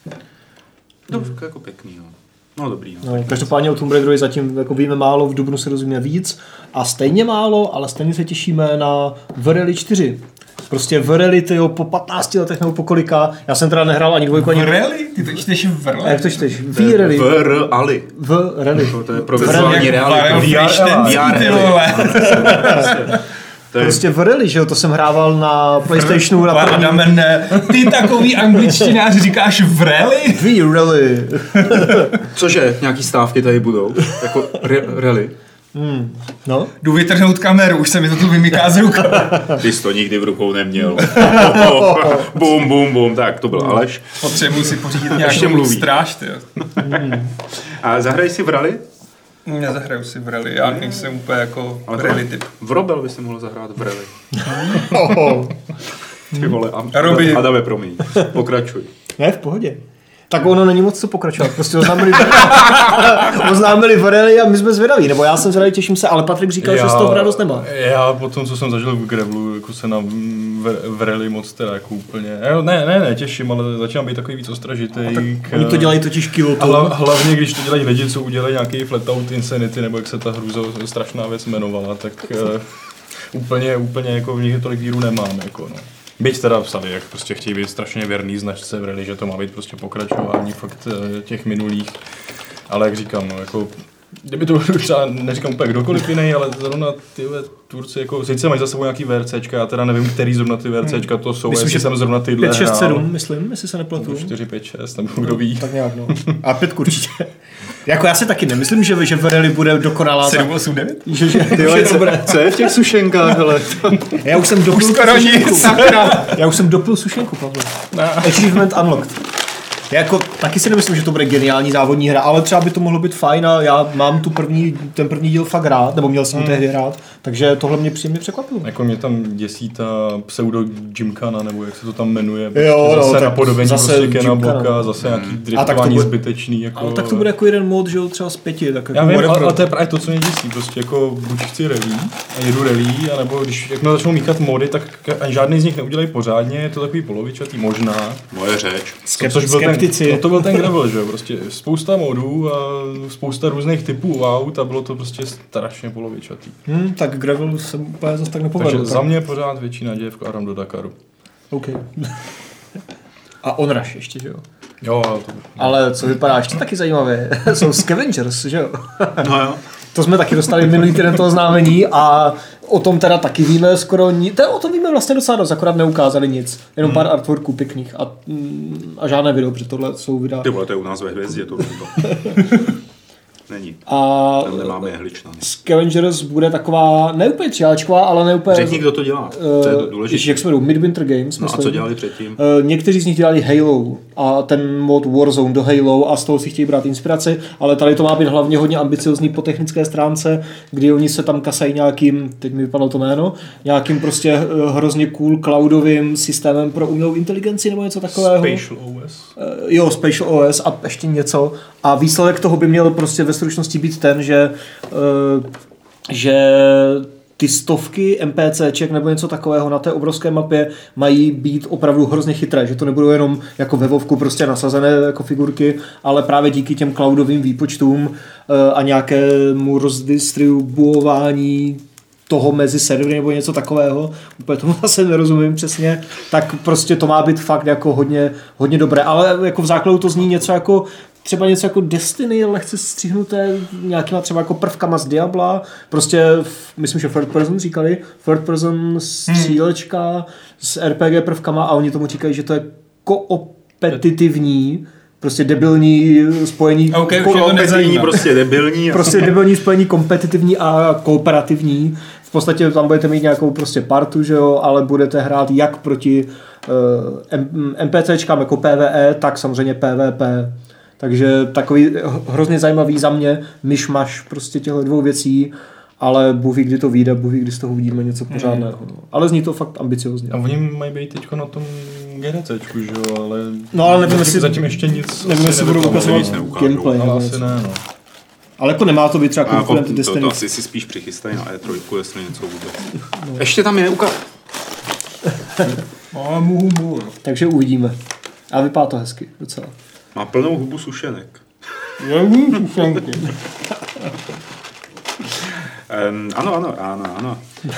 Dobře, jako pěkný, no. No dobrý, no. No, každopádně o Tomb Raiderovi zatím jako víme málo, v dubnu se dozvíme víc a stejně málo, ale stejně se těšíme na Verily čtyři. Prostě Verily, tyjo, po patnácti letech nebo po kolika, já jsem teda nehrál ani dvojku, ani... Vreli? Ty to čteš A vreli? jak to čteš? Verily. V Ali. Verily. To je pro virtuální realitu. V R L. Ty vole. To je Prostě Verily, že jo, to jsem hrával na PlayStationu na první. Adame, ne. Ty takový angličtinář říkáš vreli? Verily. Cože, nějaký stávky tady budou? Jako re, rally? Hmm. No. Jdu vytrhnout kameru, už se mi to tu vymyká z rukou. Ty jsi to nikdy v rukou neměl. Bum, bum, bum. Tak, to byl Aleš. Potřebuji si pořídit Ještě nějakou mluví. stráž, tyjo. A zahraj si v rally? Nezahraju si v rally, já nejsem úplně jako Ale rally typ. v Robel by si mohl zahrát v rally. Ty vole, a, Robi. Adame, promiň. Pokračuj. Ne, v pohodě. Tak ono není moc co pokračovat, prostě oznámili, oznámili Verily a my jsme zvědaví, nebo já jsem zvědavý, těším se, ale Patrik říkal, že z toho radost nemá. Já po tom, co jsem zažil v Grevlu, jako se na Verily moc teda jako úplně, já, ne, ne, ne, těším, ale začínám být takový víc ostražitý. K, Oni to dělají totiž a kiloton. hla, hlavně, když to dělají lidi, co udělají nějaký Flatout Insanity, nebo jak se ta hruzo strašná věc jmenovala, tak úplně, úplně jako v nich tolik víru nemám, jako no. Byť teda psali, jak prostě chtějí být strašně věrný značce v Rally, že to má být prostě pokračování fakt těch minulých, ale jak říkám, no, jako kdyby to třeba, neříkám úplně kdokoliv jiný, ale zrovna tyhle tvůrci, jako sice mají za sebou nějaký VRCčka, já teda nevím, který zrovna ty VRCčka to jsou, myslím, jestli jsem zrovna tyhle pět, šest, sedm, myslím, jestli se nepletu. čtyři, pět, šest, nebo kdo ví. Tak nějak, no. A pětku určitě. Jako já si taky nemyslím, že, že v Rally bude dokonalá. sedm, osm, devět? Že, že, že co, co je v těch sušenkách, hele? Já už jsem dopil sušenku. Já už jsem dopil sušenku, Pavle. Achievement unlocked. Já jako taky si nemyslím, že to bude geniální závodní hra, ale třeba by to mohlo být fajn a já mám tu první, ten první díl fakt rád, nebo měl jsem hmm. tehdy rád, takže tohle mě příjemně překvapilo. Jako mě tam děsí ta pseudo Gymkhana, nebo jak se to tam jmenuje, jo, zase no, napodobení zase prostě Kena Bloka, zase hmm. nějaký driftování bude, zbytečný. Jako, ale tak to bude jako jeden mod, že jo, třeba z pěti. Tak já jako vím, ale, ale to je právě to, co mě děsí, prostě jako buď chci rally a jedu rally, anebo když jakmile začnou míchat mody, tak žádný z nich neudělají pořádně, je to takový polovičatý možná. Moje řeč. Skep, což byl skeptici. Ten, no to byl ten gravel, že jo, prostě spousta modů a spousta různých typů aut a bylo to prostě strašně polovičatý. Hmm, tak gravel se úplně zase tak nepovedl. Takže za mě pořád větší naděje v Aram do Dakaru. OK. A Onrush ještě, že jo? Jo, to... Ale co vypadá ještě taky zajímavé, jsou Scavengers, že jo? No jo. To jsme taky dostali minulý týden to oznámení a o tom teda taky víme skoro nic. O tom víme vlastně docela dost, akorát neukázali nic. Jenom hmm. pár artworků pěkných a, a žádné video, protože tohle jsou videa. Ty vole, to je u nás ve hvězdě, to není. A tam nemáme jehličná. Scavengers bude taková neúplně třiáčková, ale neúplně... Řekni, kdo to dělá, co je to důležité. Jak jsme jdou, Midwinter Games. No myslím. A co dělali předtím? Někteří z nich dělali Halo a ten mod Warzone do Halo a z toho si chtějí brát inspiraci, ale tady to má být hlavně hodně ambiciozní po technické stránce, kdy oni se tam kasají nějakým, teď mi vypadalo to jméno, nějakým prostě hrozně cool cloudovým systémem pro umělou inteligenci nebo něco takového. Spatial O S. Jo, Spatial O S a ještě něco. A výsledek toho by měl prostě ve stručnosti být ten, že, uh, že ty stovky NPCček nebo něco takového na té obrovské mapě mají být opravdu hrozně chytré, že to nebudou jenom jako ve Vovku prostě nasazené jako figurky, ale právě díky těm cloudovým výpočtům uh, a nějakému rozdistribuování toho mezi servery nebo něco takového, úplně tomu zase nerozumím přesně, tak prostě to má být fakt jako hodně, hodně dobré, ale jako v základu to zní něco jako třeba něco jako Destiny, lehce střihnuté nějakýma třeba jako prvkama z Diabla, prostě myslím, že third person říkali, third person střílečka hmm. s R P G prvkama a oni tomu říkají, že to je koopetitivní, prostě debilní spojení, okay, kompetitivní, prostě debilní. Prostě debilní spojení kompetitivní a kooperativní. V podstatě tam budete mít nějakou prostě partu, že jo, ale budete hrát jak proti uh, NPCčkám jako P V E, tak samozřejmě P V P. Takže takový hrozně zajímavý za mě myšmaš prostě těchto dvou věcí, ale Bůh ví, kdy to vyjde, Bůh ví, kdy z toho uvidíme něco pořádného. No. Ale zní to fakt ambiciozně. A oni mají být teďko na tom GDCčku, že jo, ale... No ale nevím, jestli... Zatím ještě nic... Nevím, jestli budou ukazovat gameplay. Ale asi ne, no. Ale jako nemá to být třeba konkurent to, Destiny. To, to asi si spíš přichystají na E tři, jestli něco vůbec. No. Ještě tam je ukaz. Takže uvidíme. A vypadá to hezky docela. Má plnou hubu sušenek. Sušenky. um, ano, ano, ano, ano.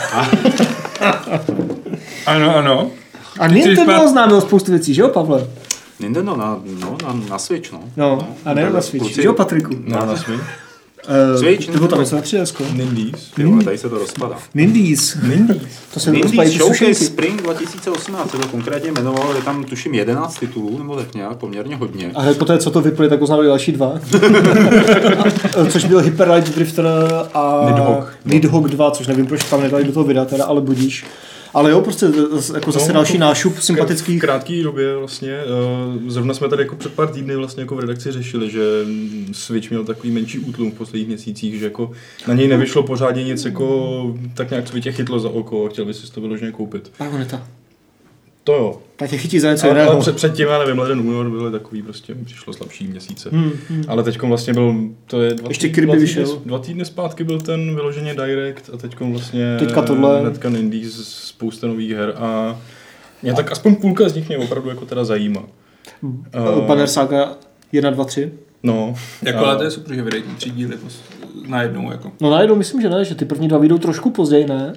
ano, ano. A Nintendo oznámil spoustu věcí, že jo, Pavle? Nintendo na, no, na, na Switch, no. No, no a ne na Switch, kluci... že jo, Patriku? No, na Switch. Uh, Switch, nebo tam něco na tři D S ko. Nindies. Jo, tady se to rozpadá. Nindies. Nindies. To se Nindies Showcase Spring dva tisíce osmnáct se to konkrétně jmenovalo, je tam tuším jedenáct titulů, nebo tak nějak, poměrně hodně. A hned poté, co to vyply, tak oznámili další dva. Což byl Hyper Light Drifter a Nidhogg. Nidhogg dva, což nevím, proč tam nedali do toho videa, teda, ale budíš. Ale jo, prostě jako zase no, další nášup sympatických. V krátké době vlastně, zrovna jsme tady jako před pár týdny vlastně jako v redakci řešili, že Switch měl takový menší útlum v posledních měsících, že jako na něj nevyšlo pořádně nic jako tak nějak co by tě chytlo za oko a chtěl by si to vyloženě koupit. Pagoneta. To jo. Tak tě chytí za něco ale, jiného. Ale před, před tím, já nevím, leden únor byly takový, prostě přišlo slabší měsíce. Hmm, hmm. Ale teďkom vlastně byl, to je dva, Ještě týdny, dva, týdny, dva týdny zpátky byl ten vyloženě Direct a teďkom vlastně teďka tohle. hnedka Indies, spousta nových her a mě tak aspoň půlka z nich mě opravdu jako teda zajímá. Uh, Banner Saga jedna, dva, tři. No. Jako ale to je super, že vydají tři díly najednou jako. No najednou myslím, že ne, že ty první dva vyjdou trošku později, ne?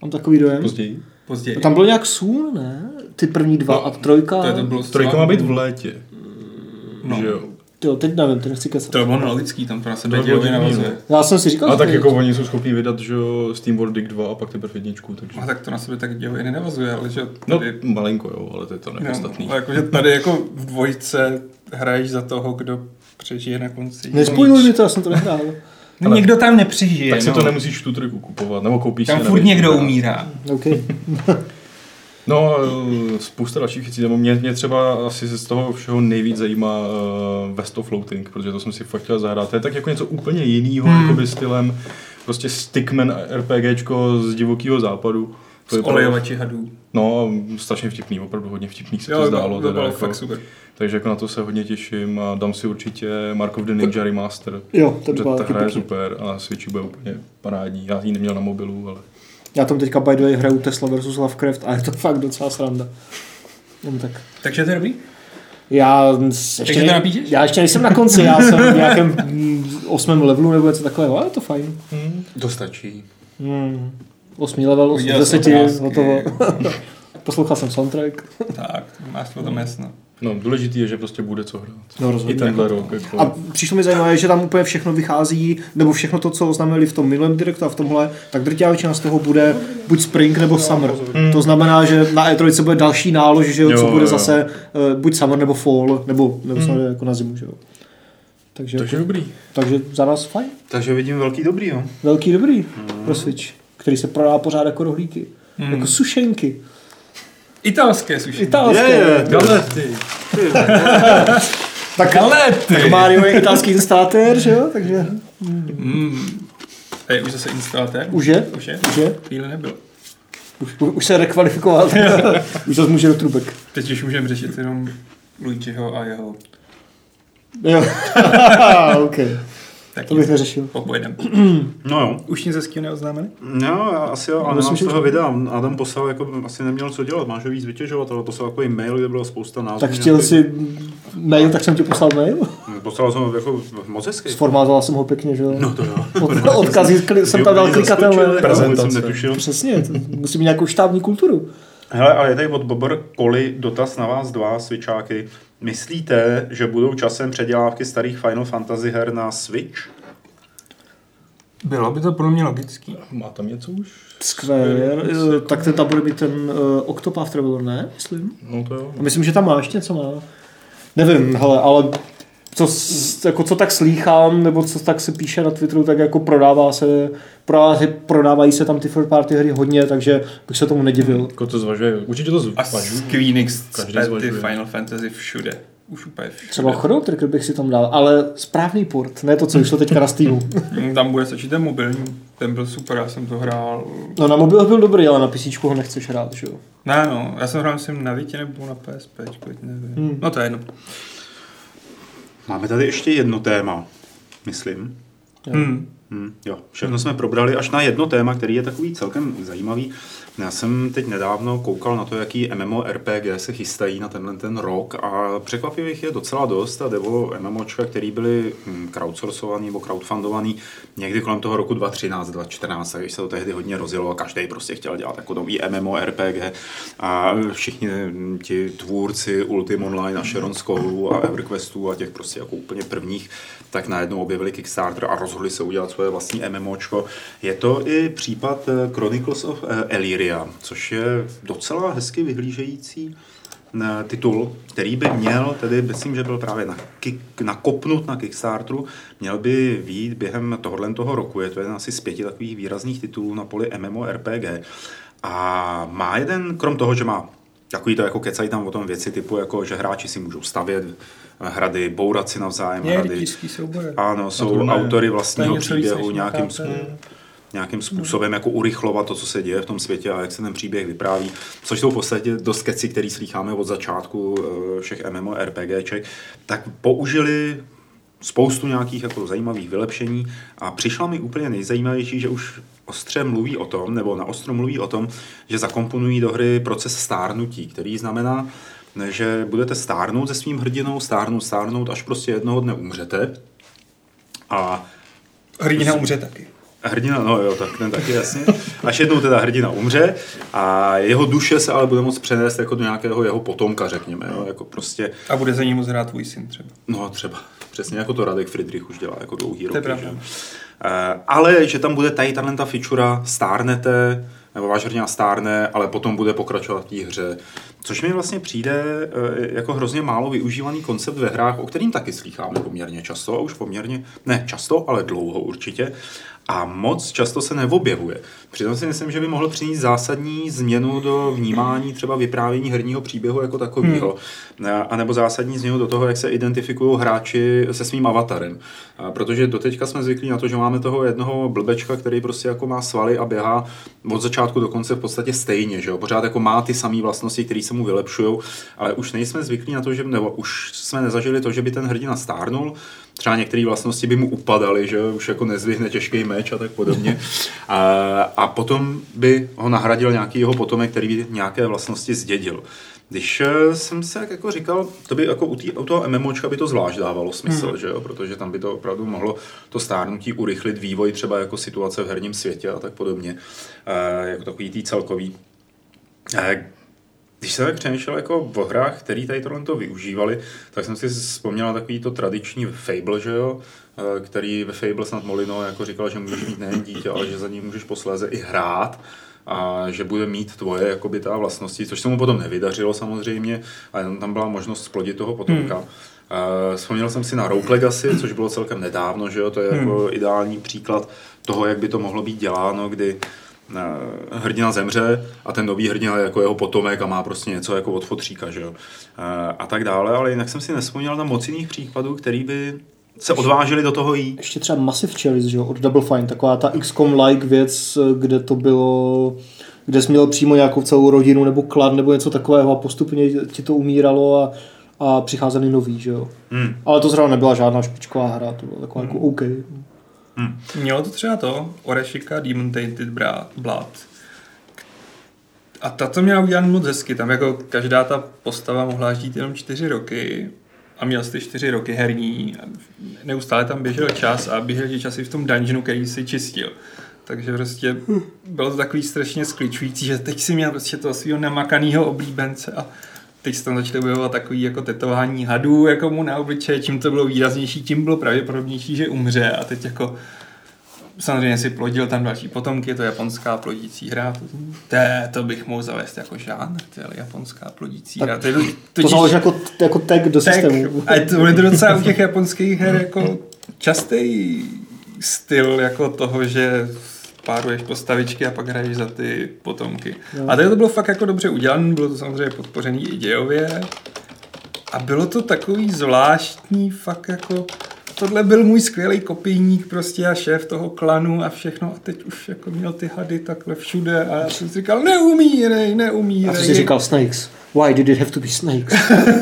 Mám takový dojem. Později. Později. Tam bylo nějak sůl, ne? Ty první dva a trojka. To, je to bylo Trojka má být v létě. No. Že jo. Jo, teď nevím, teď nechci kecat. To bylo nelogický, tam to na sebe To bylo dělově divný, navazuje. Já jsem si říkal, A že tak to jako je- oni jsou schopni vydat, že jo, SteamWorld Dig dva a pak teprve jedničku, takže... A tak to na sebe tak dělově nenavazuje, ale že No, tady... malinko jo, ale to je to No, nepodstatný. ale jakože tady jako v dvojce hraješ za toho, kdo přežije na konci. Nespojluj mi to, já jsem to nehrál. No, někdo tam nepřežije. Tak si no. to nemusíš v tu triku kupovat, nebo koupíš Tam si furt na někdo většinu. umírá. OK. No, eh, spousta dalších věcí, nebo mě, mě třeba asi z toho všeho nejvíc zajímá uh, West of Floating, protože to jsem si fakt chtěl zahrát. To je tak jako něco úplně jiného, hmm. jakoby stylem, prostě stickman RPGčko z divokého západu. To Z je olejovači hadů. No, strašně vtipný, opravdu hodně vtipný se Jo, to to zdálo. bylo, to Teda, bylo jako, fakt super. takže jako na to se hodně těším a dám si určitě Mark of the Ninja Remaster. Jo, to Protože byla ta taky hra je pěkný. super a na Switchi bude úplně parádní. Já ji neměl na mobilu, ale... Já tam teďka by the way hraju Tesla versus Lovecraft a je to fakt docela sranda. Jen tak. Takže to je dobrý? Já ještě, Takže to nej, napíšeš? já ještě nejsem na konci, já jsem v nějakém mm, osmém levelu nebo něco takového, ale je to fajn. To stačí. Hmm. Osmý level, osm z Viděl jsem deseti, obrázky. hotovo. Poslouchal jsem soundtrack. Tak, máš to tam jasno. No, důležitý je, že prostě bude co hrát. No, rozhodně. I tenhle rok. Jako... A přišlo mi zajímavé, že tam úplně všechno vychází, nebo všechno to, co oznámili v tom minulém direktu a v tomhle, tak drtivá většina z toho bude buď Spring nebo Summer. Hmm. To znamená, že na E tři bude další nálož, že jo, Jo, co bude jo. zase uh, buď Summer nebo Fall, nebo, nebo Hmm. samozřejmě jako na zimu, že jo. Takže, Takže dobrý. takže za nás fajn. Takže vidím velký dobrý, jo. Velký dobrý mm. pro Switch, který se prodá pořád jako rohlíky. Mm. Jako sušenky. Italské sushi. Italské. Je, je, Galety. Tak, Galety. tak Mario je italský instalatér, že jo, takže Mm. A je už zase instalatér? už je, Už je? už je. Chvíli nebyl. Už, už se rekvalifikoval. Už zase může do trubek. Teď už můžeme řešit jenom Luigiho a jeho. Jo. OK. Tak To bych neřešil. popojedem. No jo. Už nic hezkýho neoznámili? No, já asi jo, ale Myslím, nemám z že toho už- videa. Adam poslal, jako asi neměl co dělat, máš ho víc vytěžovat, ale poslal takový mail, kde bylo spousta názvů. Tak chtěl si mail, tak jsem ti poslal mail. Poslal jsem ho jako moc hezky. Sformátoval jsem ho pěkně, že jo. No to jo. Od, odkazy kli- jsem tam dal Mě klikatelné. zaskočil, Prezentace. jsem netušil. Přesně, to musí mít nějakou štábní kulturu. Hele, ale je tady od Bobr Koli dotaz na vás dva, Switcháky. Myslíte, že budou časem předělávky starých Final Fantasy her na Switch? Bylo by to pro mě logický. Má tam něco už? Square, eh, tak ten tam bude mít ten uh, Octopath Traveler, ne? Myslím. No to jo. A myslím, že tam má ještě něco má. Nevím, hele, ale co, s- jako co tak slýchám, nebo co tak se píše na Twitteru, tak jako prodává se, prodává, prodávají se tam ty third party hry hodně, takže bych se tomu nedivil. Jako to zvažuje, určitě to A zvažuje. Squeenix Každý cpe ty zvažuje. Final Fantasy všude. Už úplně všude. Třeba Chrono Trigger bych si tam dal, ale správný port, ne to, co vyšlo teďka na Steamu. Mm, Tam bude stačit ten mobilní. Ten byl super, já jsem to hrál. No na mobil byl dobrý, ale na PCčku ho nechceš hrát, že jo? Ne, no, já jsem hrál myslím na Vitě nebo na P S P, teď nevím. Hmm. No to je jedno. Máme tady ještě jedno téma, myslím. Hmm. Hmm, jo, všechno jsme probrali až na jedno téma, který je takový celkem zajímavý. Já jsem teď nedávno koukal na to, jaký MMORPG se chystají na tenhle ten rok a překvapivých je docela dost a jde o MMOčka, který byly hm, crowdsourcovaný nebo crowdfundovaný někdy kolem toho roku dva tisíce třináct dva tisíce čtrnáct, takže se to tehdy hodně rozjelo a každý prostě chtěl dělat jako nový MMORPG a všichni hm, ti tvůrci Ultim Online a Sharon Schoolu a EverQuestů a těch prostě jako úplně prvních, tak najednou objevili Kickstarter a rozhodli se udělat svoje vlastní MMOčko. Je to i případ eh, Chronicles of eh, Elyria, což je docela hezky vyhlížející eh, titul, který by měl, tedy myslím, že byl právě na kick, nakopnut na Kickstarteru, měl by vyjít během tohohle toho roku. Je to jeden asi z pěti takových výrazných titulů na poli MMORPG. A má jeden, krom toho, že má takový to, jako kecají tam o tom věci typu, jako, že hráči si můžou stavět hrady, bourat si navzájem Je hrady. rytířský soubor. Ano, jsou turné. autory vlastního To je něco víc příběhu než nějakým, nechápe. způ- nějakým způsobem jako urychlovat to, co se děje v tom světě a jak se ten příběh vypráví, což jsou v podstatě dost keci, který slýcháme od začátku eh, všech MMORPGček, tak použili spoustu nějakých jako zajímavých vylepšení a přišla mi úplně nejzajímavější, že už ostře mluví o tom, nebo na ostro mluví o tom, že zakomponují do hry proces stárnutí, který znamená, že budete stárnout se svým hrdinou, stárnout, stárnout, až prostě jednoho dne umřete. A Hrdina umře taky. hrdina, no jo, tak ten taky jasně. Až jednou teda hrdina umře a jeho duše se ale bude moct přenést jako do nějakého jeho potomka, řekněme, jo, jako prostě. A bude za ním moct hrát tvůj syn třeba. No třeba, přesně jako to Radek Friedrich už dělá jako dlouhý roky. Že? Uh, ale že tam bude tady ta fičura, stárnete, nebo váš hrdina stárne, ale potom bude pokračovat v té hře. Což mi vlastně přijde jako hrozně málo využívaný koncept ve hrách, o kterým taky slýcháme poměrně často, a už poměrně, ne často, ale dlouho určitě. A moc často se neobjevuje. Přitom si myslím, že by mohl přinést zásadní změnu do vnímání třeba vyprávění herního příběhu jako takového. Hmm. A nebo zásadní změnu do toho, jak se identifikují hráči se svým avatarem. A protože doteďka jsme zvyklí na to, že máme toho jednoho blbečka, který prostě jako má svaly a běhá od začátku do konce v podstatě stejně. Že jo? Pořád jako má ty samé vlastnosti, které se mu vylepšují, ale už nejsme zvyklí na to, že nebo už jsme nezažili to, že by ten hrdina stárnul. Třeba některé vlastnosti by mu upadaly, že už jako nezvihne těžký meč a tak podobně. A, a potom by ho nahradil nějaký jeho potomek, který by nějaké vlastnosti zdědil. Když jsem se jako říkal, to by jako u, tý, u toho MMOčka by to zvlášť dávalo smysl, hmm. že jo? Protože tam by to opravdu mohlo to stárnutí urychlit vývoj třeba jako situace v herním světě a tak podobně. E, jako takový tý celkový. E, Když jsem tak přemýšlel jako o hrách, který tady tohle to využívali, tak jsem si vzpomněl na takový to tradiční Fable, že jo, který ve Fable snad Molino jako říkal, že můžeš mít nejen dítě, ale že za ním můžeš posléze i hrát a že bude mít tvoje jakoby ta vlastnosti, což se mu potom nevydařilo samozřejmě, ale tam byla možnost splodit toho potomka. Hmm. Uh, vzpomněl jsem si na Rogue Legacy, což bylo celkem nedávno, že jo, to je hmm. jako ideální příklad toho, jak by to mohlo být děláno, kdy hrdina zemře a ten nový hrdina je jako jeho potomek a má prostě něco jako od fotříka, že jo. A tak dále, ale jinak jsem si nevzpomněl na moc jiných příkladů, který by se odvážili do toho jít. Ještě třeba Massive Chalice, že jo, od Double Fine, taková ta X COM-like věc, kde to bylo, kde jsi měl přímo nějakou celou rodinu nebo klan nebo něco takového a postupně ti to umíralo a, a přicházeli noví, že jo. Hmm. Ale to zrovna nebyla žádná špičková hra, to bylo taková hmm. jako OK. Hmm. Mělo to třeba to, Oreshika Demon Tainted Blood. A tato měla udělat moc hezky, tam jako každá ta postava mohla žít jenom čtyři roky a měl jsi ty čtyři roky herní. Neustále tam běžel čas a běžel ti časy v tom dungeonu, který si čistil. Takže prostě bylo to takový strašně skličující, že teď si měl prostě toho svého namakanýho oblíbence a teď se tam začaly objevovat takový jako tetování hadů jako mu na obličeje, čím to bylo výraznější, tím bylo pravděpodobnější, že umře a teď jako samozřejmě si plodil tam další potomky, to je japonská plodící hra, to, to bych mohl zavést jako žánr, to je japonská plodící tak hra. To, je, to, to založí jako, jako tag do tag, systému. A to je to docela u těch japonských her jako častý styl jako toho, že páruješ postavičky a pak hraješ za ty potomky. No. A tady to bylo fakt jako dobře udělané, bylo to samozřejmě podpořený i dějově a bylo to takový zvláštní fakt jako tohle byl můj skvělý kopijník prostě a šéf toho klanu a všechno a teď už jako měl ty hady takhle všude a já jsem si říkal neumírej, neumírej. A ty jsi říkal snakes. Why did it have to be snakes?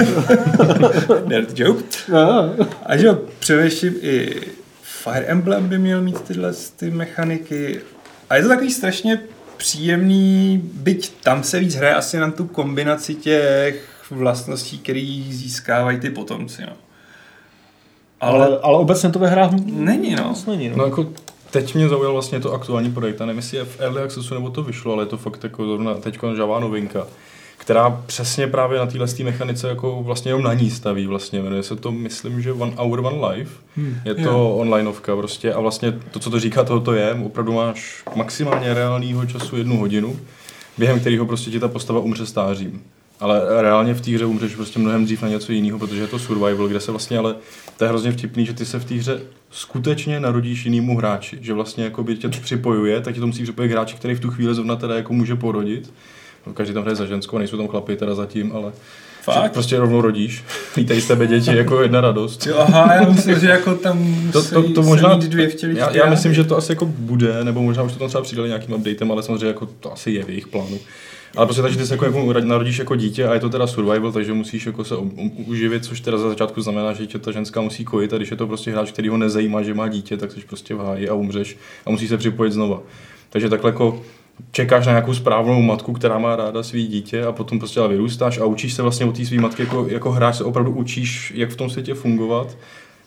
Nerd joke. No. A že převeším i Fire Emblem by měl mít tyhle ty mechaniky a je to takový strašně příjemný, byť tam se víc hraje asi na tu kombinaci těch vlastností, které získávají ty potomci. No. Ale, ale, ale obecně to ve hrách není, no. není, no. No jako teď mě zaujal vlastně to aktuální projekt, a nevím, jestli je v Early Accessu nebo to vyšlo, ale je to fakt jako zrovna teďko žavá novinka, která přesně právě na téhle mechanice jako vlastně jenom na ní staví vlastně, jmenuje se to, myslím, že One Hour, One Life, hmm. je to yeah. onlineovka prostě a vlastně to, co to říká, toho to je, opravdu máš maximálně reálného času jednu hodinu, během kterého prostě ti ta postava umře stářím. Ale reálně v té hře umřeš prostě mnohem dřív na něco jiného, protože je to survival, kde se vlastně, ale to je hrozně vtipný, že ty se v té hře skutečně narodíš jinému hráči, že vlastně jako by tě to připojuje, tak ti to musí připojit hráči, který v tu chvíli zrovna teda jako může porodit. Každý tam hraje za ženskou, nejsou tam chlapi teda zatím, ale fakt? Prostě rovnou rodíš. Vítají z tebe děti jako jedna radost. Jo, aha, já myslím, že jako tam to, to, to možná, dvě vtěličky. Já, já myslím, že to asi jako bude, nebo možná už to tam třeba přidali nějakým updatem, ale samozřejmě jako to asi je v jejich plánu. Ale prostě takže ty se jako, jako narodíš jako dítě a je to teda survival, takže musíš jako se uživit, což teda za začátku znamená, že tě ta ženská musí kojit a když je to prostě hráč, který ho nezajímá, že má dítě, tak jsi prostě v háji a umřeš a musíš se připojit znova. Takže takhle jako čekáš na nějakou správnou matku, která má ráda svý dítě a potom prostě ale vyrůstáš a učíš se vlastně od té své matky jako, jako hráč se opravdu učíš, jak v tom světě fungovat.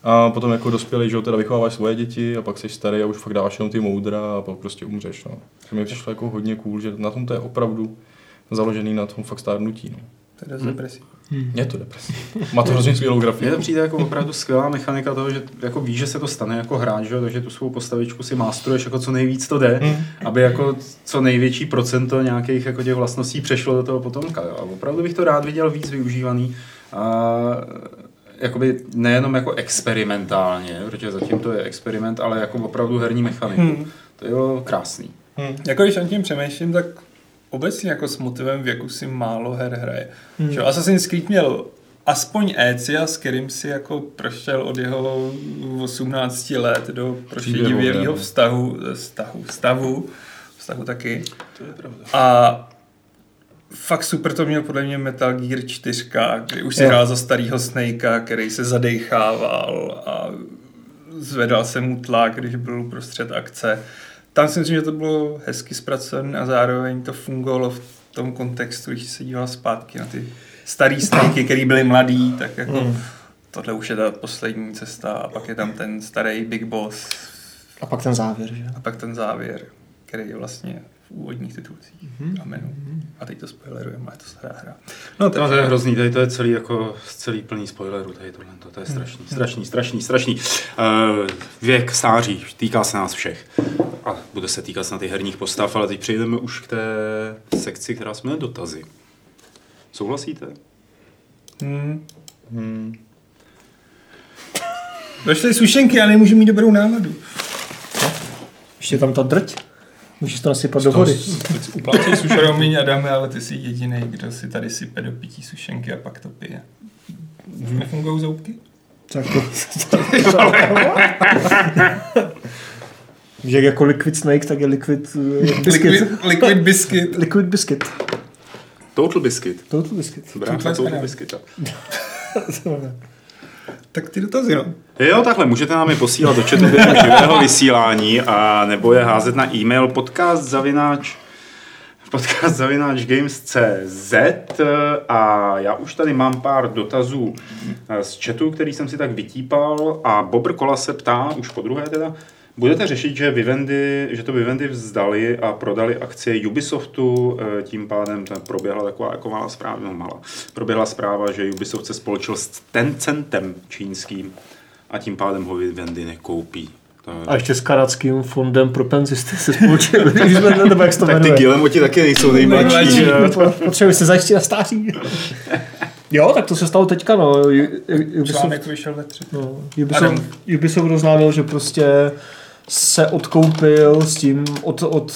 A potom jako dospělý, že jo, teda vychováváš svoje děti a pak jsi starý a už fakt dáváš jenom ty moudra a pak prostě umřeš, no. To mi přišlo jako hodně cool, že na tom to je opravdu založený na tom fakt stárnutí, no. To je dost depresí. Hmm. Je to depresí. Má to hrozně skvělou grafiku. Mně to přijde jako opravdu skvělá mechanika toho, že jako víš, že se to stane jako hráč, že? Takže tu svou postavičku si mástruješ jako co nejvíc to jde, hmm. aby jako co největší procento nějakých jako těch vlastností přešlo do toho potomka. Jo? A opravdu bych to rád viděl víc využívaný. A jakoby nejenom jako experimentálně, protože zatím to je experiment, ale jako opravdu herní mechaniku. Hmm. To je jo krásný. Hmm. Jako když o tím přemýšlím, tak obecně jako s motivem věku si málo her hraje. Hmm. Assassin's Creed měl aspoň Ezia, s kterým si jako prošel od jeho osmnácti let do prošedivělého vztahu, vztahu, stavu, vztahu taky. To je pravda. A fakt super to měl podle mě Metal Gear čtyři, kdy už si hrál za starýho Snakea, který se zadejchával a zvedal se mu tlak, když byl uprostřed akce. Tam si myslím, že to bylo hezky zpracované a zároveň to fungovalo v tom kontextu, když se díval zpátky na ty starý Snakey, který byli mladí, tak jako mm. tohle už je ta poslední cesta a pak je tam ten starý Big Boss. A pak ten závěr, že? A pak ten závěr, který je vlastně v úvodních titulcích mm. a menu. A teď to spoilerujeme, ale to se dá hrát. No, no to je hrozný, tady to je celý, jako, celý plný spoilerů, tady tohle, to, to je strašný, strašný, strašný, strašný. Uh, věk stáří, týká se nás všech. A bude se týkat na ty herních postav, ale teď přejdeme už k té sekci, která jsme dotazy. Souhlasíte? Hmm. Hmm. Došly sušenky, ale nemůžu mít dobrou náladu. Ještě tam ta drť. Můžeš to nasypat do vody. Uplácej sušeromiň a dáme, ale ty jsi jediný, kdo si tady sype do pití sušenky a pak to pije. Už hmm. nefungují zoubky? Tak to... Že jako Liquid Snake, tak je Liquid Biscuit. Liquid, liquid Biscuit. Liquid Biscuit. Total Biscuit. Total Biscuit. Brácha Total Biscuita. Tak ty dotazy, no. Jo, takhle, můžete nám je posílat do chatu během živého vysílání a nebo je házet na e-mail podcast zavináč podcast zavináč games tečka cé zet a já už tady mám pár dotazů z chatu, který jsem si tak vytípal a Bobr Kola se ptá, už po druhé teda, budete řešit, že Vivendi, že to Vivendi vzdali a prodali akcie Ubisoftu, tím pádem tam proběhla taková jako malá zpráva, no malá, proběhla zpráva, že Ubisoft se spolčil s Tencentem čínským a tím pádem ho Vivendi nekoupí. A ještě s kanadským fondem pro penzisty se spolčili, nebo jak se to tak ty Guillemoti taky nejsou nejmladší. Potřebuji se zajistit na stáří. Jo, tak to se stalo teďka, no. Článek vyšel ve tři. No, Ubisoft, Ubisoft oznámil, že prostě se odkoupil s tím od, od,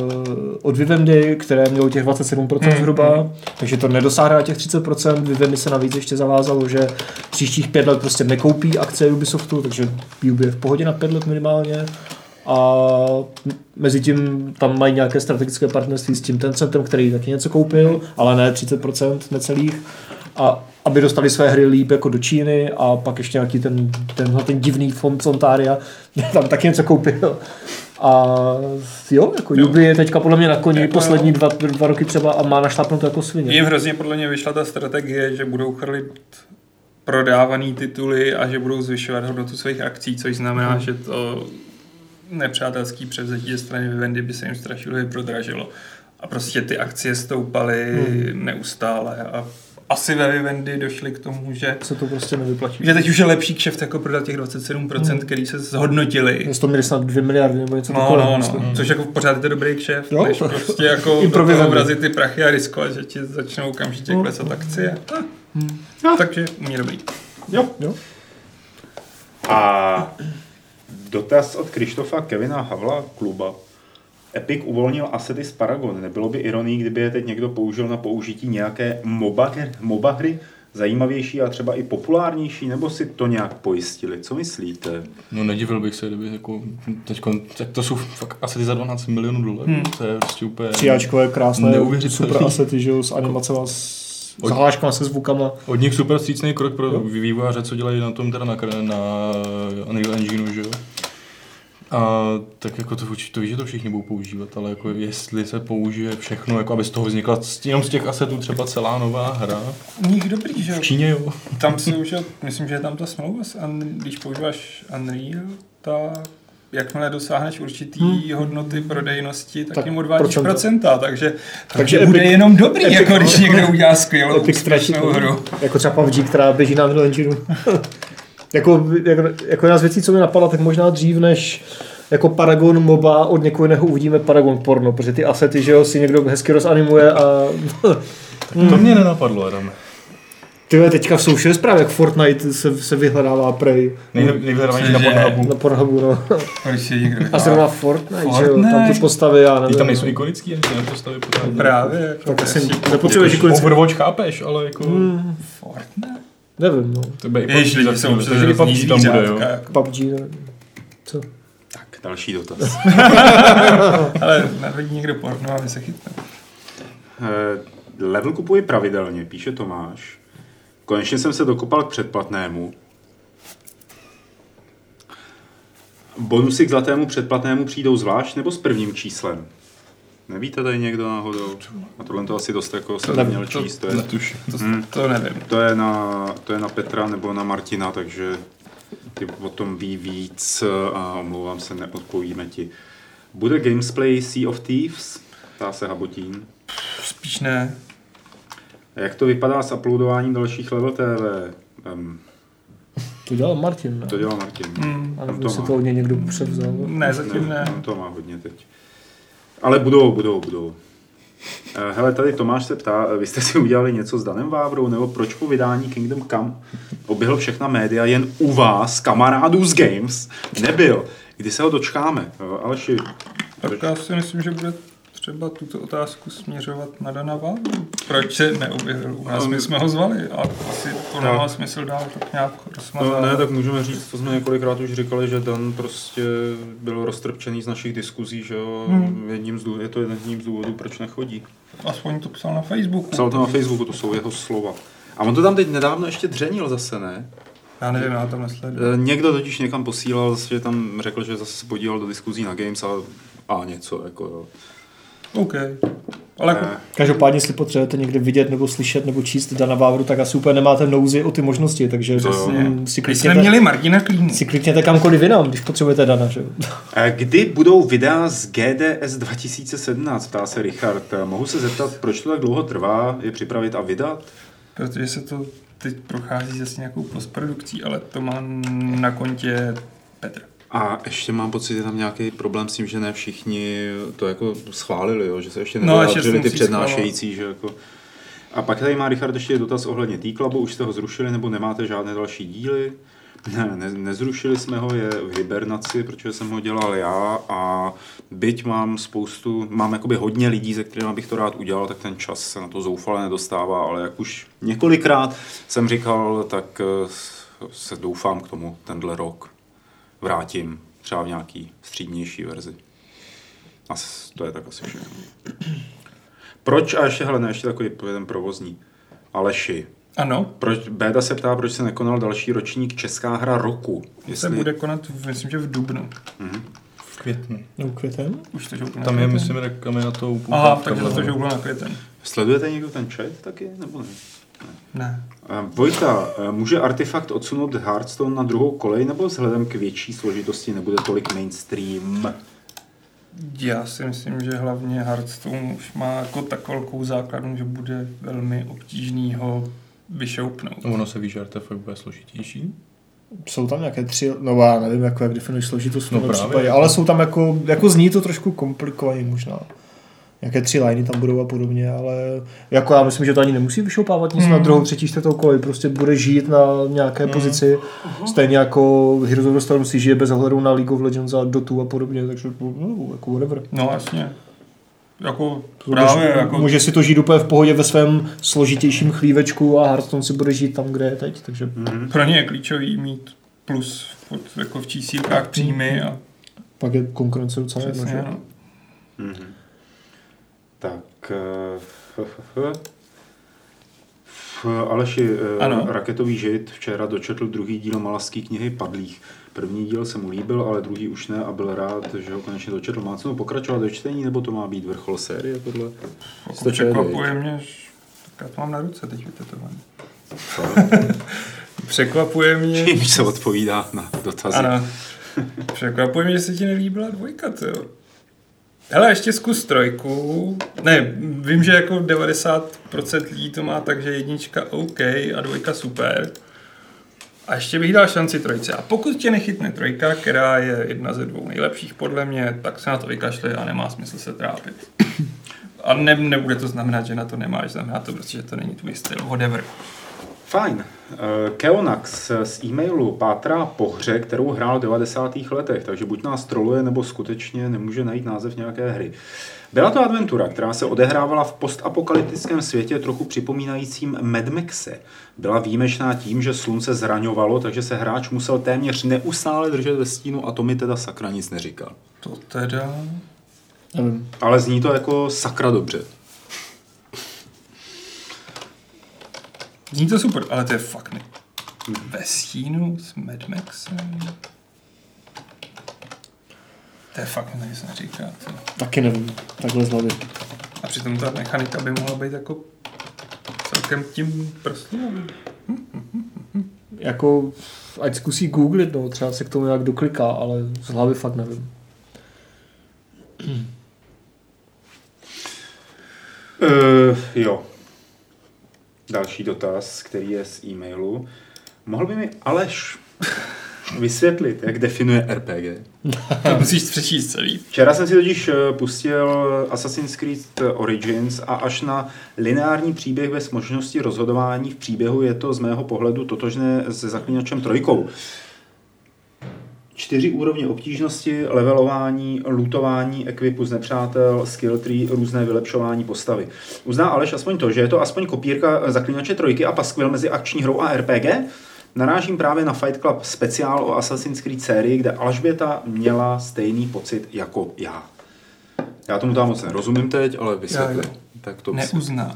od Vivendi, které mělo těch dvacet sedm procent zhruba, mm. takže to nedosáhne těch třicet procent. Vivendi se navíc ještě zavázalo, že příštích pět let prostě nekoupí akcie Ubisoftu, takže Ubi je v pohodě na pět let minimálně. A mezi tím tam mají nějaké strategické partnerství s tím Tencentem, který taky něco koupil, ale ne třicet procent necelých. A aby dostali své hry líp jako do Číny a pak ještě nějaký ten, tenhle ten divný fond Sontaria tam taky něco koupil. A jo, jako Ubi je teďka podle mě na koni jako poslední dva, dva roky třeba a má našlápnout jako svině. Jim hrozně podle mě vyšla ta strategie, že budou chrlit prodávaný tituly a že budou zvyšovat hodnotu svých akcí, což znamená, hmm. že to nepřátelský převzetí ze strany Vivendi by se jim strašivě prodražilo. A prostě ty akcie stoupaly hmm. neustále a asi ve Vivendi došli k tomu, že se to prostě nevyplatí. Že teď už je lepší kšeft jako prodat těch dvacet sedm procent, hmm. který se zhodnotili. Je to měli snad dvě miliardy nebo něco no, takové. No, no, no. Což jako pořád je to dobrý kšeft, než prostě jako do toho vrazit ty prachy a riskovat, že ti začnou okamžitě no. klesat akcie. Hmm. No, takže u mě dobrý. Jo. jo. A dotaz od Krištofa Kevina Havla Kluba. Epic uvolnil asety z Paragon. Nebylo by ironií, kdyby je teď někdo použil na použití nějaké MOBA, MOBA hry, zajímavější a třeba i populárnější, nebo si to nějak pojistili? Co myslíte? No nedivil bych se, kdyby jako teďko, tak to jsou fakt asety za dvanáct milionů dolarů. Hmm. To je prostě úplně Přijáčkové, krásné, super asety, že jo, s animacema, s zahláškama, se zvukama. Od nich super vstřícný krok pro vývojáře, co dělají na tom teda na, na Unreal Engineu, že jo. A tak jako to, to víš, že to všichni budou používat, ale jako jestli se použije všechno, jako aby z toho vznikla jenom z těch asetů třeba celá nová hra. Nich dobrý, že v Číně, jo. Tam jsou, že myslím, že je tam ta smlouva, když používáš Unreal, tak jakmile dosáhneš určitý hmm. hodnoty prodejnosti, tak, tak jim odvádíš procenta, procenta takže, takže Epic, bude jenom dobrý, Epic, jako když někdo udělá skvělou úspěšnou hru. Jako třeba P U B G, která běží na Unreal Engineu. jako, jako, jako jedna z věcí, co mi napadla, tak možná dřív než jako Paragon MOBA od někoho jiného uvidíme Paragon porno, protože ty asety, že jo, si někdo hezky rozanimuje a... to mě nenapadlo, Adam. Tyhle teďka v social zprávě, jak Fortnite se, se vyhledává prej. Nejvyhledávanější na Pornhubu. Na Pornhubu, no. A zrovna Fortnite, Fortnite, že jo, tam ty postavy, já nevím. Ty tam nejsou ikonický, jen ty postavy pořádně. Právě, jako tak asi nepotřebuješ ikonický. Overwatch chápeš, ale jako... Hmm. Fortnite? Nevím, no. To by i P U B G za chvíli, takže i P U B G tam bude, jo. P U B G, nevím. Co? Tak, další dotaz. Ale navedí někdo porno a my se chytneme. Level kupuji pravidelně, píše Tomáš. Konečně jsem se dokopal k předplatnému. Bonusy k zlatému předplatnému přijdou zvlášť nebo s prvním číslem? Nevíte tady někdo náhodou? A tohle to asi dost jako se měl číst. To, to, to, hmm, to nevím. To je, na, to je na Petra nebo na Martina, takže ty o tom ví víc a omlouvám se, neodpovíme ti. Bude Gamesplay Sea of Thieves? Ptá se Habotín. Spíš ne. Jak to vypadá s uploadováním dalších level T V? Um, to dělal Martin, ne? To dělal Martin. Hmm. A nevím, jestli to od něj někdo převzal. Ne, zatím ne. ne. On to má hodně teď. Ale budou, budou, budou. Hele, tady Tomáš se ptá, vy jste si udělali něco s Danem Vávrou, nebo proč po vydání Kingdom Come oběhl všechna média jen u vás, kamarádů z Games, nebyl. Kdy se ho dočkáme? Aleši. Tak já si myslím, že bude třeba tuto otázku směřovat na Dana Vávru. Proč se neobjevil u nás? My jsme ho zvali a asi to nemá smysl dál tak nějak rozmazat. No, ne, tak můžeme říct, to jsme několikrát už říkali, že Dan prostě byl roztrpčený z našich diskuzí, že jo, hmm. jedním z důvodů, je to jedním z důvodů, proč nechodí. Aspoň to psal na Facebooku. Psal to na Facebooku, to jsou jeho slova. A on to tam teď nedávno ještě dřenil zase, ne? Já nevím, já tam nesleduji. Někdo totiž někam posílal, že tam řekl, že zase se podíval do diskuzí na Games a, a něco, jako jo. OK. Ale jako... Každopádně, jestli potřebujete někde vidět nebo slyšet nebo číst Dana Vávru, tak asi úplně nemáte nouzi o ty možnosti, takže mm, si klikněte, jsme měli Martina Klínu. Si klikněte kamkoliv jinam, když potřebujete Dana, že? Kdy budou videa z G D S dva tisíce sedmnáct, ptá se Richard. Mohu se zeptat, proč to tak dlouho trvá je připravit a vydat? Protože se to teď prochází zase nějakou postprodukcí, ale to má na kontě Petr. A ještě mám pocit, že tam nějaký problém s tím, že ne všichni to jako schválili, jo? Že se ještě nevyjádřili no, ty přednášející. Že jako... A pak tady má Richard ještě dotaz ohledně T-Clubu, už jste ho zrušili nebo nemáte žádné další díly? Ne, ne, nezrušili jsme ho, je v hibernaci, protože jsem ho dělal já a byť mám spoustu, mám jakoby hodně lidí, se kterými bych to rád udělal, tak ten čas se na to zoufale nedostává, ale jak už několikrát jsem říkal, tak se doufám k tomu tenhle rok vrátím třeba v nějaký střídnější verzi. A to je tak asi všechno. Proč, a ještě, hele, ne, ještě takový jeden provozní. Aleši. Ano. Proč, Béda se ptá, proč se nekonal další ročník Česká hra roku. Jestli... Se bude konat, myslím, že v dubnu. Mm-hmm. V květnu. No, květen? Už to žouglo. Tam je, myslím, reklamy na to úplně. Aha, takže to žouglo na květen. Sledujete někdo ten chat taky, nebo ne? Ne. Vojta, může Artefakt odsunout Hearthstone na druhou kolej, nebo vzhledem k větší složitosti nebude tolik mainstream? Já si myslím, že hlavně Hearthstone už má jako tak velkou základnu, že bude velmi obtížný ho vyšoupnout. Ono se ví, že Artefakt bude složitější? Jsou tam nějaké tři, no já nevím, jako jak definuješ složitost v no tom případě, ale jsou tam jako, jako zní to trošku komplikovaný možná. Nějaké tři liney tam budou a podobně, ale jako já myslím, že to ani nemusí vyšoupávat nic mm. na druhou, třetí, čtvrtou kolej, prostě bude žít na nějaké mm. pozici, uh-huh. Stejně jako Heroes of the Storm si žije bez ohledu na League of Legends a Dotu a podobně, takže no, jako whatever. No jasně. Jako právě, může, jako... může si to žít úplně v pohodě ve svém složitějším chlívečku a Hearthstone si bude žít tam, kde je teď, takže... Mm. Pro ně je klíčový mít plus pod, jako v čísílkách příjmy a... Pak je konkurence docela jedno, že? No. Mm-hmm. Tak, uh, uh, uh, Aleši, uh, Raketový žid včera dočetl druhý díl Malařské knihy Padlých. První díl se mu líbil, ale druhý už ne a byl rád, že ho konečně dočetl. Má cenu pokračovat do čtení, nebo to má být vrchol série tohle? Překvapuje mě, že... tak já to mám na ruce teď vytetovaný. Překvapuje mě... Čímž se odpovídá na dotazy. Ano. Překvapuje mě, že se ti nelíbila dvojka, jo. Hele, ještě zkus trojku. Ne, vím, že jako devadesát procent lidí to má tak, že jednička OK a dvojka super. A ještě bych dal šanci trojce. A pokud tě nechytne trojka, která je jedna ze dvou nejlepších podle mě, tak se na to vykašli a nemá smysl se trápit. A ne, nebude to znamenat, že na to nemáš, znamená to prostě, že to není tvůj styl, whatever. Fajn. Keonax z e-mailu pátrá po hře, kterou hrál v devadesátých letech, takže buď nás troluje, nebo skutečně nemůže najít název nějaké hry. Byla to adventura, která se odehrávala v postapokalyptickém světě trochu připomínajícím Mad Maxe. Byla výjimečná tím, že slunce zraňovalo, takže se hráč musel téměř neustále držet ve stínu a to mi teda sakra nic neříkal. To teda... Nevím. Ale zní to jako sakra dobře. Zní to super, ale to je fakt ne. Ve stínu s Mad Maxem. To je fakt mi nic neříká. To. Taky nevím, takhle z hlavy. A přitom ta mechanika by mohla být jako celkem tím prstem. Jako, ať zkusí googlit, no, třeba se k tomu nějak dokliká, ale z hlavy fakt nevím. Uh, jo. Další dotaz, který je z e-mailu. Mohl by mi Aleš vysvětlit, jak definuje R P G? To musíš přečíst celý. Včera jsem si totiž pustil Assassin's Creed Origins a až na lineární příběh bez možnosti rozhodování v příběhu je to z mého pohledu totožné se Zaklínačem trojkou. Čtyři úrovně obtížnosti, levelování, lootování, equipu z nepřátel, skill tree, různé vylepšování postavy. Uzná Aleš aspoň to, že je to aspoň kopírka Zaklínače trojky a paskvil mezi akční hrou a R P G? Narážím právě na Fight Club speciál o Assassin's Creed sérii, kde Alžběta měla stejný pocit jako já. Já tomu tam moc nerozumím teď, ale vysvětlím. Tak to neuzná.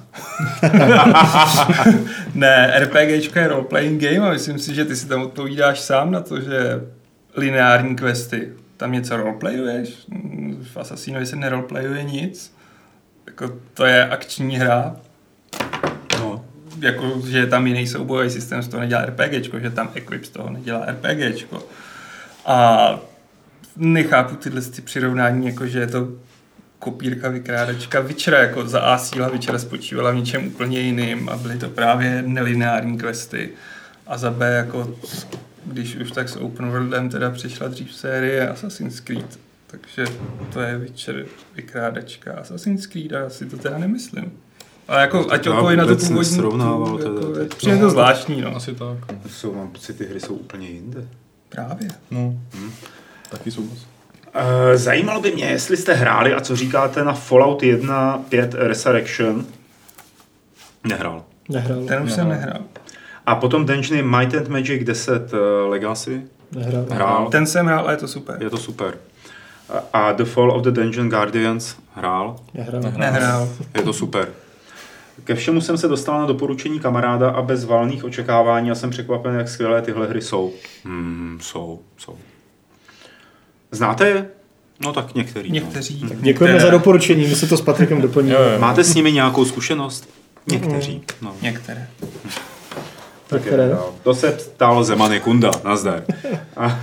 Ne, RPGčko je role-playing game a myslím si, že ty si tam odpovídáš sám na to, že lineární questy. Tam něco roleplayuješ? V Assassinovi se neroleplayuje nic. Jako, to je akční hra. No. Jako, že je tam jiný soubojový systém, z toho nedělá RPGčko, že tam Equip z toho nedělá RPGčko. A nechápu tyhle ty přirovnání, jako, že je to kopírka vykrádačka Witchera, jako za A síla Witchera spočívala v něčem úplně jiným a byly to právě nelineární questy. A za B, jako, když už tak s Open Worldem teda přišla dřív série Assassin's Creed, takže to je Witcher vykrádačka Assassin's Creed a já si to teda nemyslím. Ale jako, no, ať odpověď na tu původní, jako, je přijde to zvláštní, no. Asi tak. Jsou, mám pocit, ty hry jsou úplně jinde. Právě. No, hmm. Taky jsou. Uh, zajímalo by mě, jestli jste hráli a co říkáte na Fallout jedna pět Resurrection. Nehrál. Nehrál. Ten už jsem nehrál. A potom Dungeony Might and Magic deset uh, Legacy. Nehrál. Hrál. Ten jsem hrál a je to super. Je to super. A The Fall of the Dungeon Guardians hrál. Nehrál. Nehrál. Je to super. Ke všemu jsem se dostal na doporučení kamaráda a bez valných očekávání a jsem překvapen, jak skvělé tyhle hry jsou. Hmm, jsou, jsou. Znáte je? No tak některý. Někteří. No. Děkujeme některé. Za doporučení, my se to s Patrikem doplníme. Máte s nimi nějakou zkušenost? Někteří. No. Některé. Tak je, to se ptal Zeman Kunda. Nazdar. A...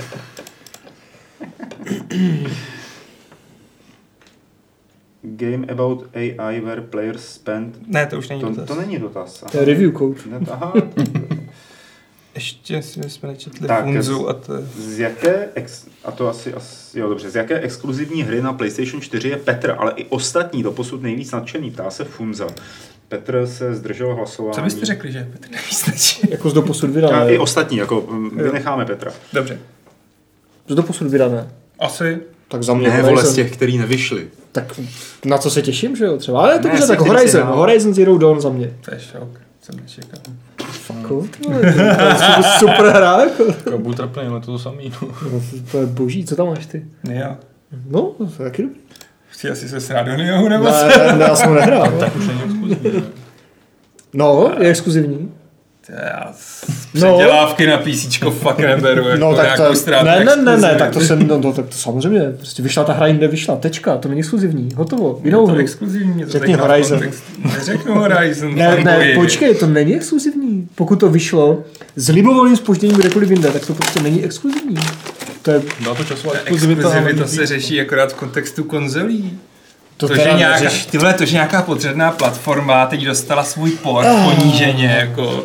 Game about A I where players spend... Ne, to už není to, dotaz. To není dotaz. To je review code. Ne, aha. Ještě jsme nečetli tak, Funzu a to... Z jaké, ex, a to asi, asi, jo dobře, z jaké exkluzivní hry na PlayStation čtyři je Petr, ale i ostatní doposud nejvíc nadšený, ptá se Funza. Petr se zdržel hlasování. Co byste řekli, že je Petr nejvíc nadšený? Jako z doposud vydané. A i ostatní, jako vynecháme Petra. Dobře. Z doposud vydané. Asi. Tak za mě ne, vole, z těch, který nevyšli. Tak na co se těším, že jo, třeba. Ale to ne, tak Horizon, Horizon Zero Dawn za mě. To je šok, jsem nečekal. Fako, to je super hra, jako. Jako budu trapný, ale to samý. No. No, to je boží, co tam máš ty? Jo. No, to je taky dobrý. Chci asi se srát do Niohu, nebo ne, se? Ne, já jsem ho nehrál. Tak už není exkluzivní. No, je exkluzivní. Já předělávky no. na PCčko fakt neberu, jako no, tak nějakou to, ztrátu. Ne, ne, ne, ne, tak to jsem, no, no, tak to samozřejmě, prostě vyšla ta hra jinde, vyšla, tečka, to není exkluzivní, hotovo, jinou hru. Exkluzivní, to řekni Horizon. Neřeknu Horizon. Ne, ne, počkej, to není exkluzivní. Pokud to vyšlo s libovolným zpožděním kdekoliv jinde, tak to prostě není exkluzivní. To je... Dá to časová exkluzivita. Exkluzivita se řeší akorát v kontextu konzolí. To, to, že nějaká, tyhle, to, že nějaká podřadná platforma teď dostala svůj port oh. poníženě, jako...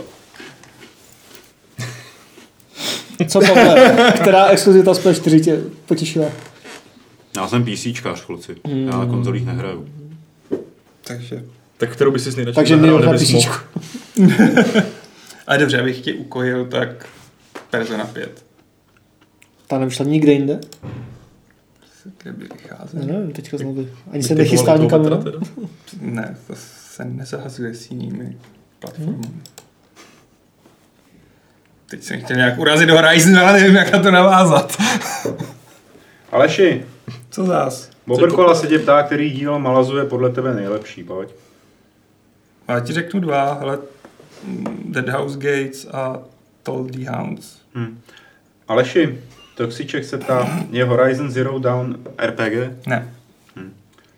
Co Pavle, která exkluzivita z P S čtyři tě potěšila? Já jsem PCčkář, kluci. Mm. Já na konzolích nehraju. Takže... Tak kterou bys si nejradši Takže zahrál, na nebys mohl? Ale dobře, abych tě ukojil, tak Persona pět. Ta nevyšla nikde jinde? Kde by vycházel? Ne, nevím, teďka znovu. Ani se nechystá nikam jinam? Ne, to se nezahazuje s jinými platformami. Hmm. Teď jsem chtěl nějak urazit do Horizon, ale nevím, jak na to navázat. Aleši, co zás? Boberkola se tě ptá, který díl Malazu je podle tebe nejlepší, pojď. Já ti řeknu dva, ale Dead House Gates a Toll the Hounds. Hmm. Aleši, Toxiček se ptá, je Horizon Zero Dawn R P G? Ne. Hmm.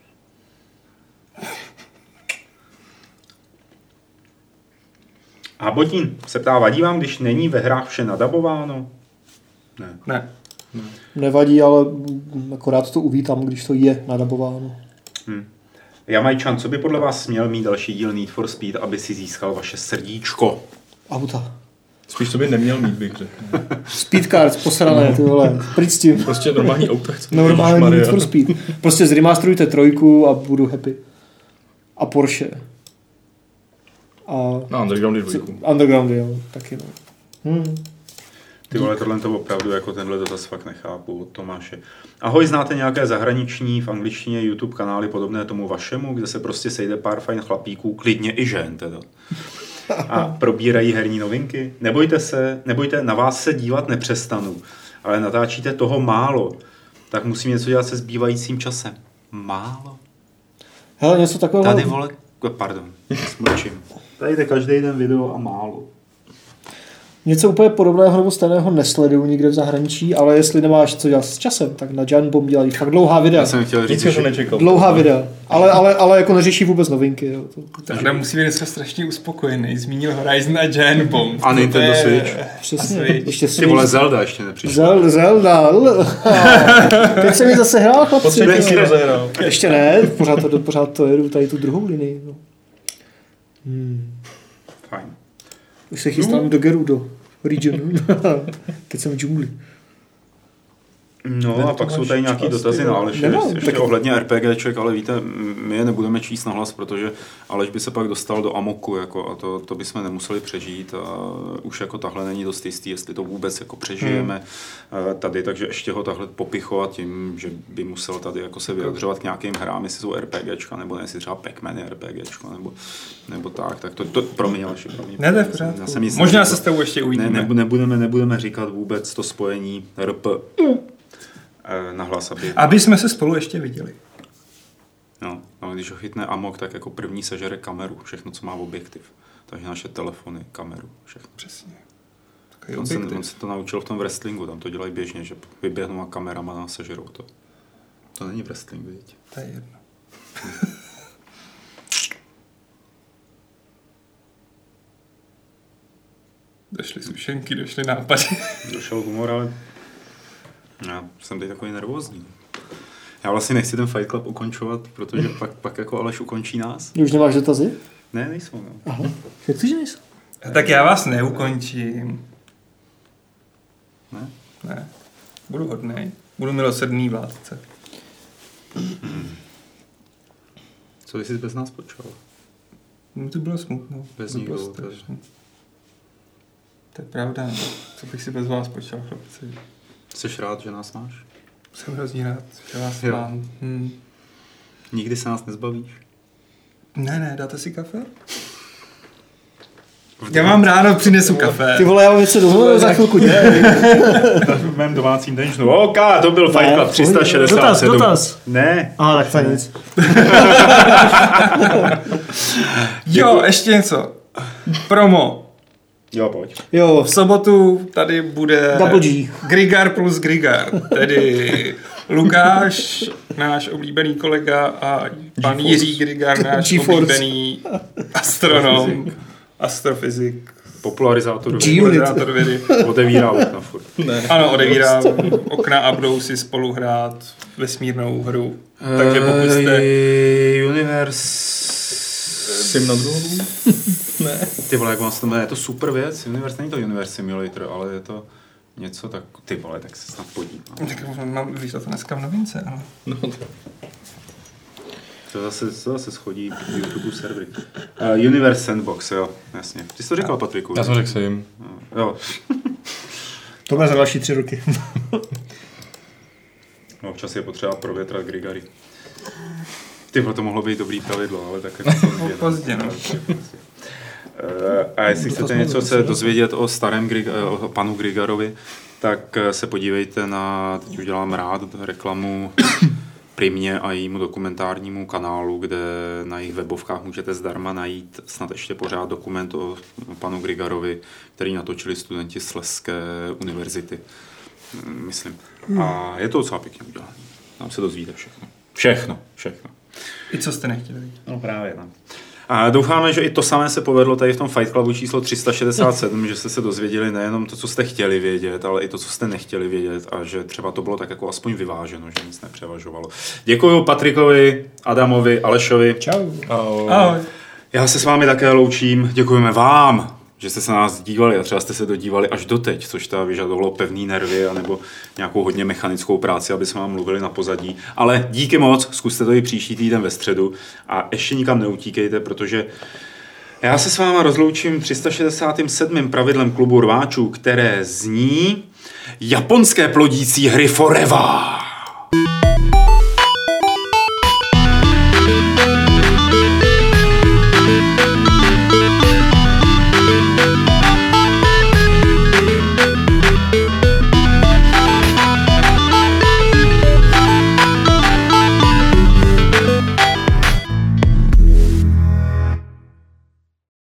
A Botín se ptá, vadí vám, když není ve hrách vše nadabováno? Ne. Ne. ne. Nevadí, ale akorát to uvítám, když to je nadabováno. Hmm. Jamajčan, co by podle vás směl mít další díl Need for Speed, aby si získal vaše srdíčko? Auta. Spíš to by neměl mít, bych řekl. Speedcards, posrané, ty vole, pryč s tím. Prostě normální auta. Normální Need for Speed. Prostě zremasterujte trojku a budu happy. A Porsche. A... No, Undergroundy dvojku. Undergroundy, jo, taky no. Hmm. Ty vole, tohle to opravdu jako tenhle dotaz fakt nechápu od Tomáše. Ahoj, znáte nějaké zahraniční v angličtině YouTube kanály podobné tomu vašemu, kde se prostě sejde pár fajn chlapíků, klidně i žen teda. A probírají herní novinky? Nebojte se, nebojte, na vás se dívat nepřestanu, ale natáčíte toho málo, tak musím něco dělat se zbývajícím časem. Málo? Hele, něco takového... Tady vole, pardon, smlčím. Tady jde každý den video a málo. Něco úplně podobného nebo stejného nesleduju nikde v zahraničí, ale jestli nemáš co dělat s časem, tak na Giant Bomb dělají fakt dlouhá videa. Já jsem chtěl říct, že to nečekal. Dlouhá videa, ale, ale, ale jako neřeší vůbec novinky. Jo. To, to, Takže musí být dneska strašně uspokojený. Zmínil Horizon a Giant Bomb. A Nintendo je... Switch. Přesně. Ještě Ty vole, Zelda ještě nepřišla. Zelda, Zelda. Teď jsem mi zase hrál, chlapci. Ještě ne, pořád to, pořád to jedu tady tu druhou linii. No. Hmm. Fajn. Už se chystám uh. do Gerudo regionu. Teď jsem v džungli. No Ven a pak jsou tady nějaký dotazy na Aleši, ještě tak... ohledně RPGček, ale víte, my je nebudeme číst nahlas, protože Aleš by se pak dostal do amoku, jako, a to, to bychom nemuseli přežít a už jako tahle není dost jistý, jestli to vůbec jako přežijeme hmm. tady, takže ještě ho takhle popichovat tím, že by musel tady jako se vyjadřovat k nějakým hrám, jestli jsou RPGčka, nebo ne, jestli třeba Pac-Man je RPGčko, nebo, nebo tak, tak to, to promiň, Aleši, promiň. Ne, to je v pořádku. Možná se s tebou ještě uvidíme. Ne, nebudeme, nebudeme říkat vůbec to spojení R P na hlas, aby... Aby jsme se spolu ještě viděli. No, ale když ho chytne amok, tak jako první sežere kameru, všechno, co má objektiv. Takže naše telefony, kameru, všechno. Přesně. On se, on se to naučil v tom wrestlingu, tam to dělají běžně, že vyběhnou a kamerama a sežerou to. To není wrestling, vidíte. To je jedno. Došly sušenky, došly nápady. Došel humor, ale já jsem teď takový nervózní. Já vlastně nechci ten Fight Club ukončovat, protože pak, pak jako Aleš ukončí nás. Už nemáš dotazy? Ne, nejsou. No. Aha, jak to, že nejsou? Tak já vás neukončím. Ne? Ne. Budu hodnej. Budu milosrdný vládce. Hmm. Co jsi bez nás počal? No to bylo smutno. Bez to nikdo. bylo strašné. To je pravda. Co bych si bez vás počal, chlapci. Jsi rád, že nás máš? Jsem hrozně rád, že vás jo. mám. Hmm. Nikdy se nás nezbavíš? Ne, ne, dáte si kafe? Já vám ráno přinesu kafe. Ty vole, já mám něco domů za chvilku. V mém domácím denčnu. OK, to byl Fight Club tři sta šedesát sedm. Dotaz, dotaz. Ne. Aha, tak to nic. Jo, ještě něco. Promo. Jo, pojď. Jo, V sobotu tady bude Double G. Grigar plus Grigar, tedy Lukáš, náš oblíbený kolega, a pan Jiří Grigar, náš GeForce. oblíbený astronom, astrofyzik, Popularizátor popularizátor vědy. Otevírá okna furt. Ne. Ano, odevírá okna a budou si spolu hrát vesmírnou hru. Takže pokud jste... Universe... Sim na druhou? Ne. Ty vole, jak vás to jmenuje, je to super věc. Universe, není to Universe Simulator, ale je to něco tak... Ty vole, tak se snad podívám. Tak mám, víš, to dneska v novince, ano. No, To zase, to zase schodí YouTube servery. Uh, Universe Sandbox, jo, jasně. Ty jsi to říkal, Patriku? já jsem řekl Sim. Jo. to bude za další tři roky. No, občas je potřeba provětrat Grigary. Tyhle to mohlo být dobrý pravidlo, ale tak jako pozdě. Pozdě, no. A jestli chcete něco se dozvědět o starém Grig- o panu Grigarovi, tak se podívejte na, teď už dělám rád reklamu Primě a jejímu dokumentárnímu kanálu, kde na jejich webovkách můžete zdarma najít snad ještě pořád dokument o panu Grigarovi, který natočili studenti Slezské univerzity, myslím. A je to docela pěkně udělané. Tam se dozvíte všechno. Všechno, všechno. I co jste nechtěli vidět. No právě, no. A doufáme, že i to samé se povedlo tady v tom Fight Clubu číslo tři sta šedesát sedm, že jste se dozvěděli nejenom to, co jste chtěli vědět, ale i to, co jste nechtěli vědět a že třeba to bylo tak jako aspoň vyváženo, že nic nepřevažovalo. Děkuju Patrikovi, Adamovi, Alešovi. Čau. Ahoj. Ahoj. Já se s vámi také loučím. Děkujeme vám, že jste se na nás dívali a třeba jste se dodívali až doteď, což ta vyžadovalo pevný nervy anebo nějakou hodně mechanickou práci, aby jsme vám mluvili na pozadí. Ale díky moc, zkuste to i příští týden ve středu a ještě nikam neutíkejte, protože já se s váma rozloučím tři sta šedesátým sedmým pravidlem klubu rváčů, které zní japonské plodící hry forever.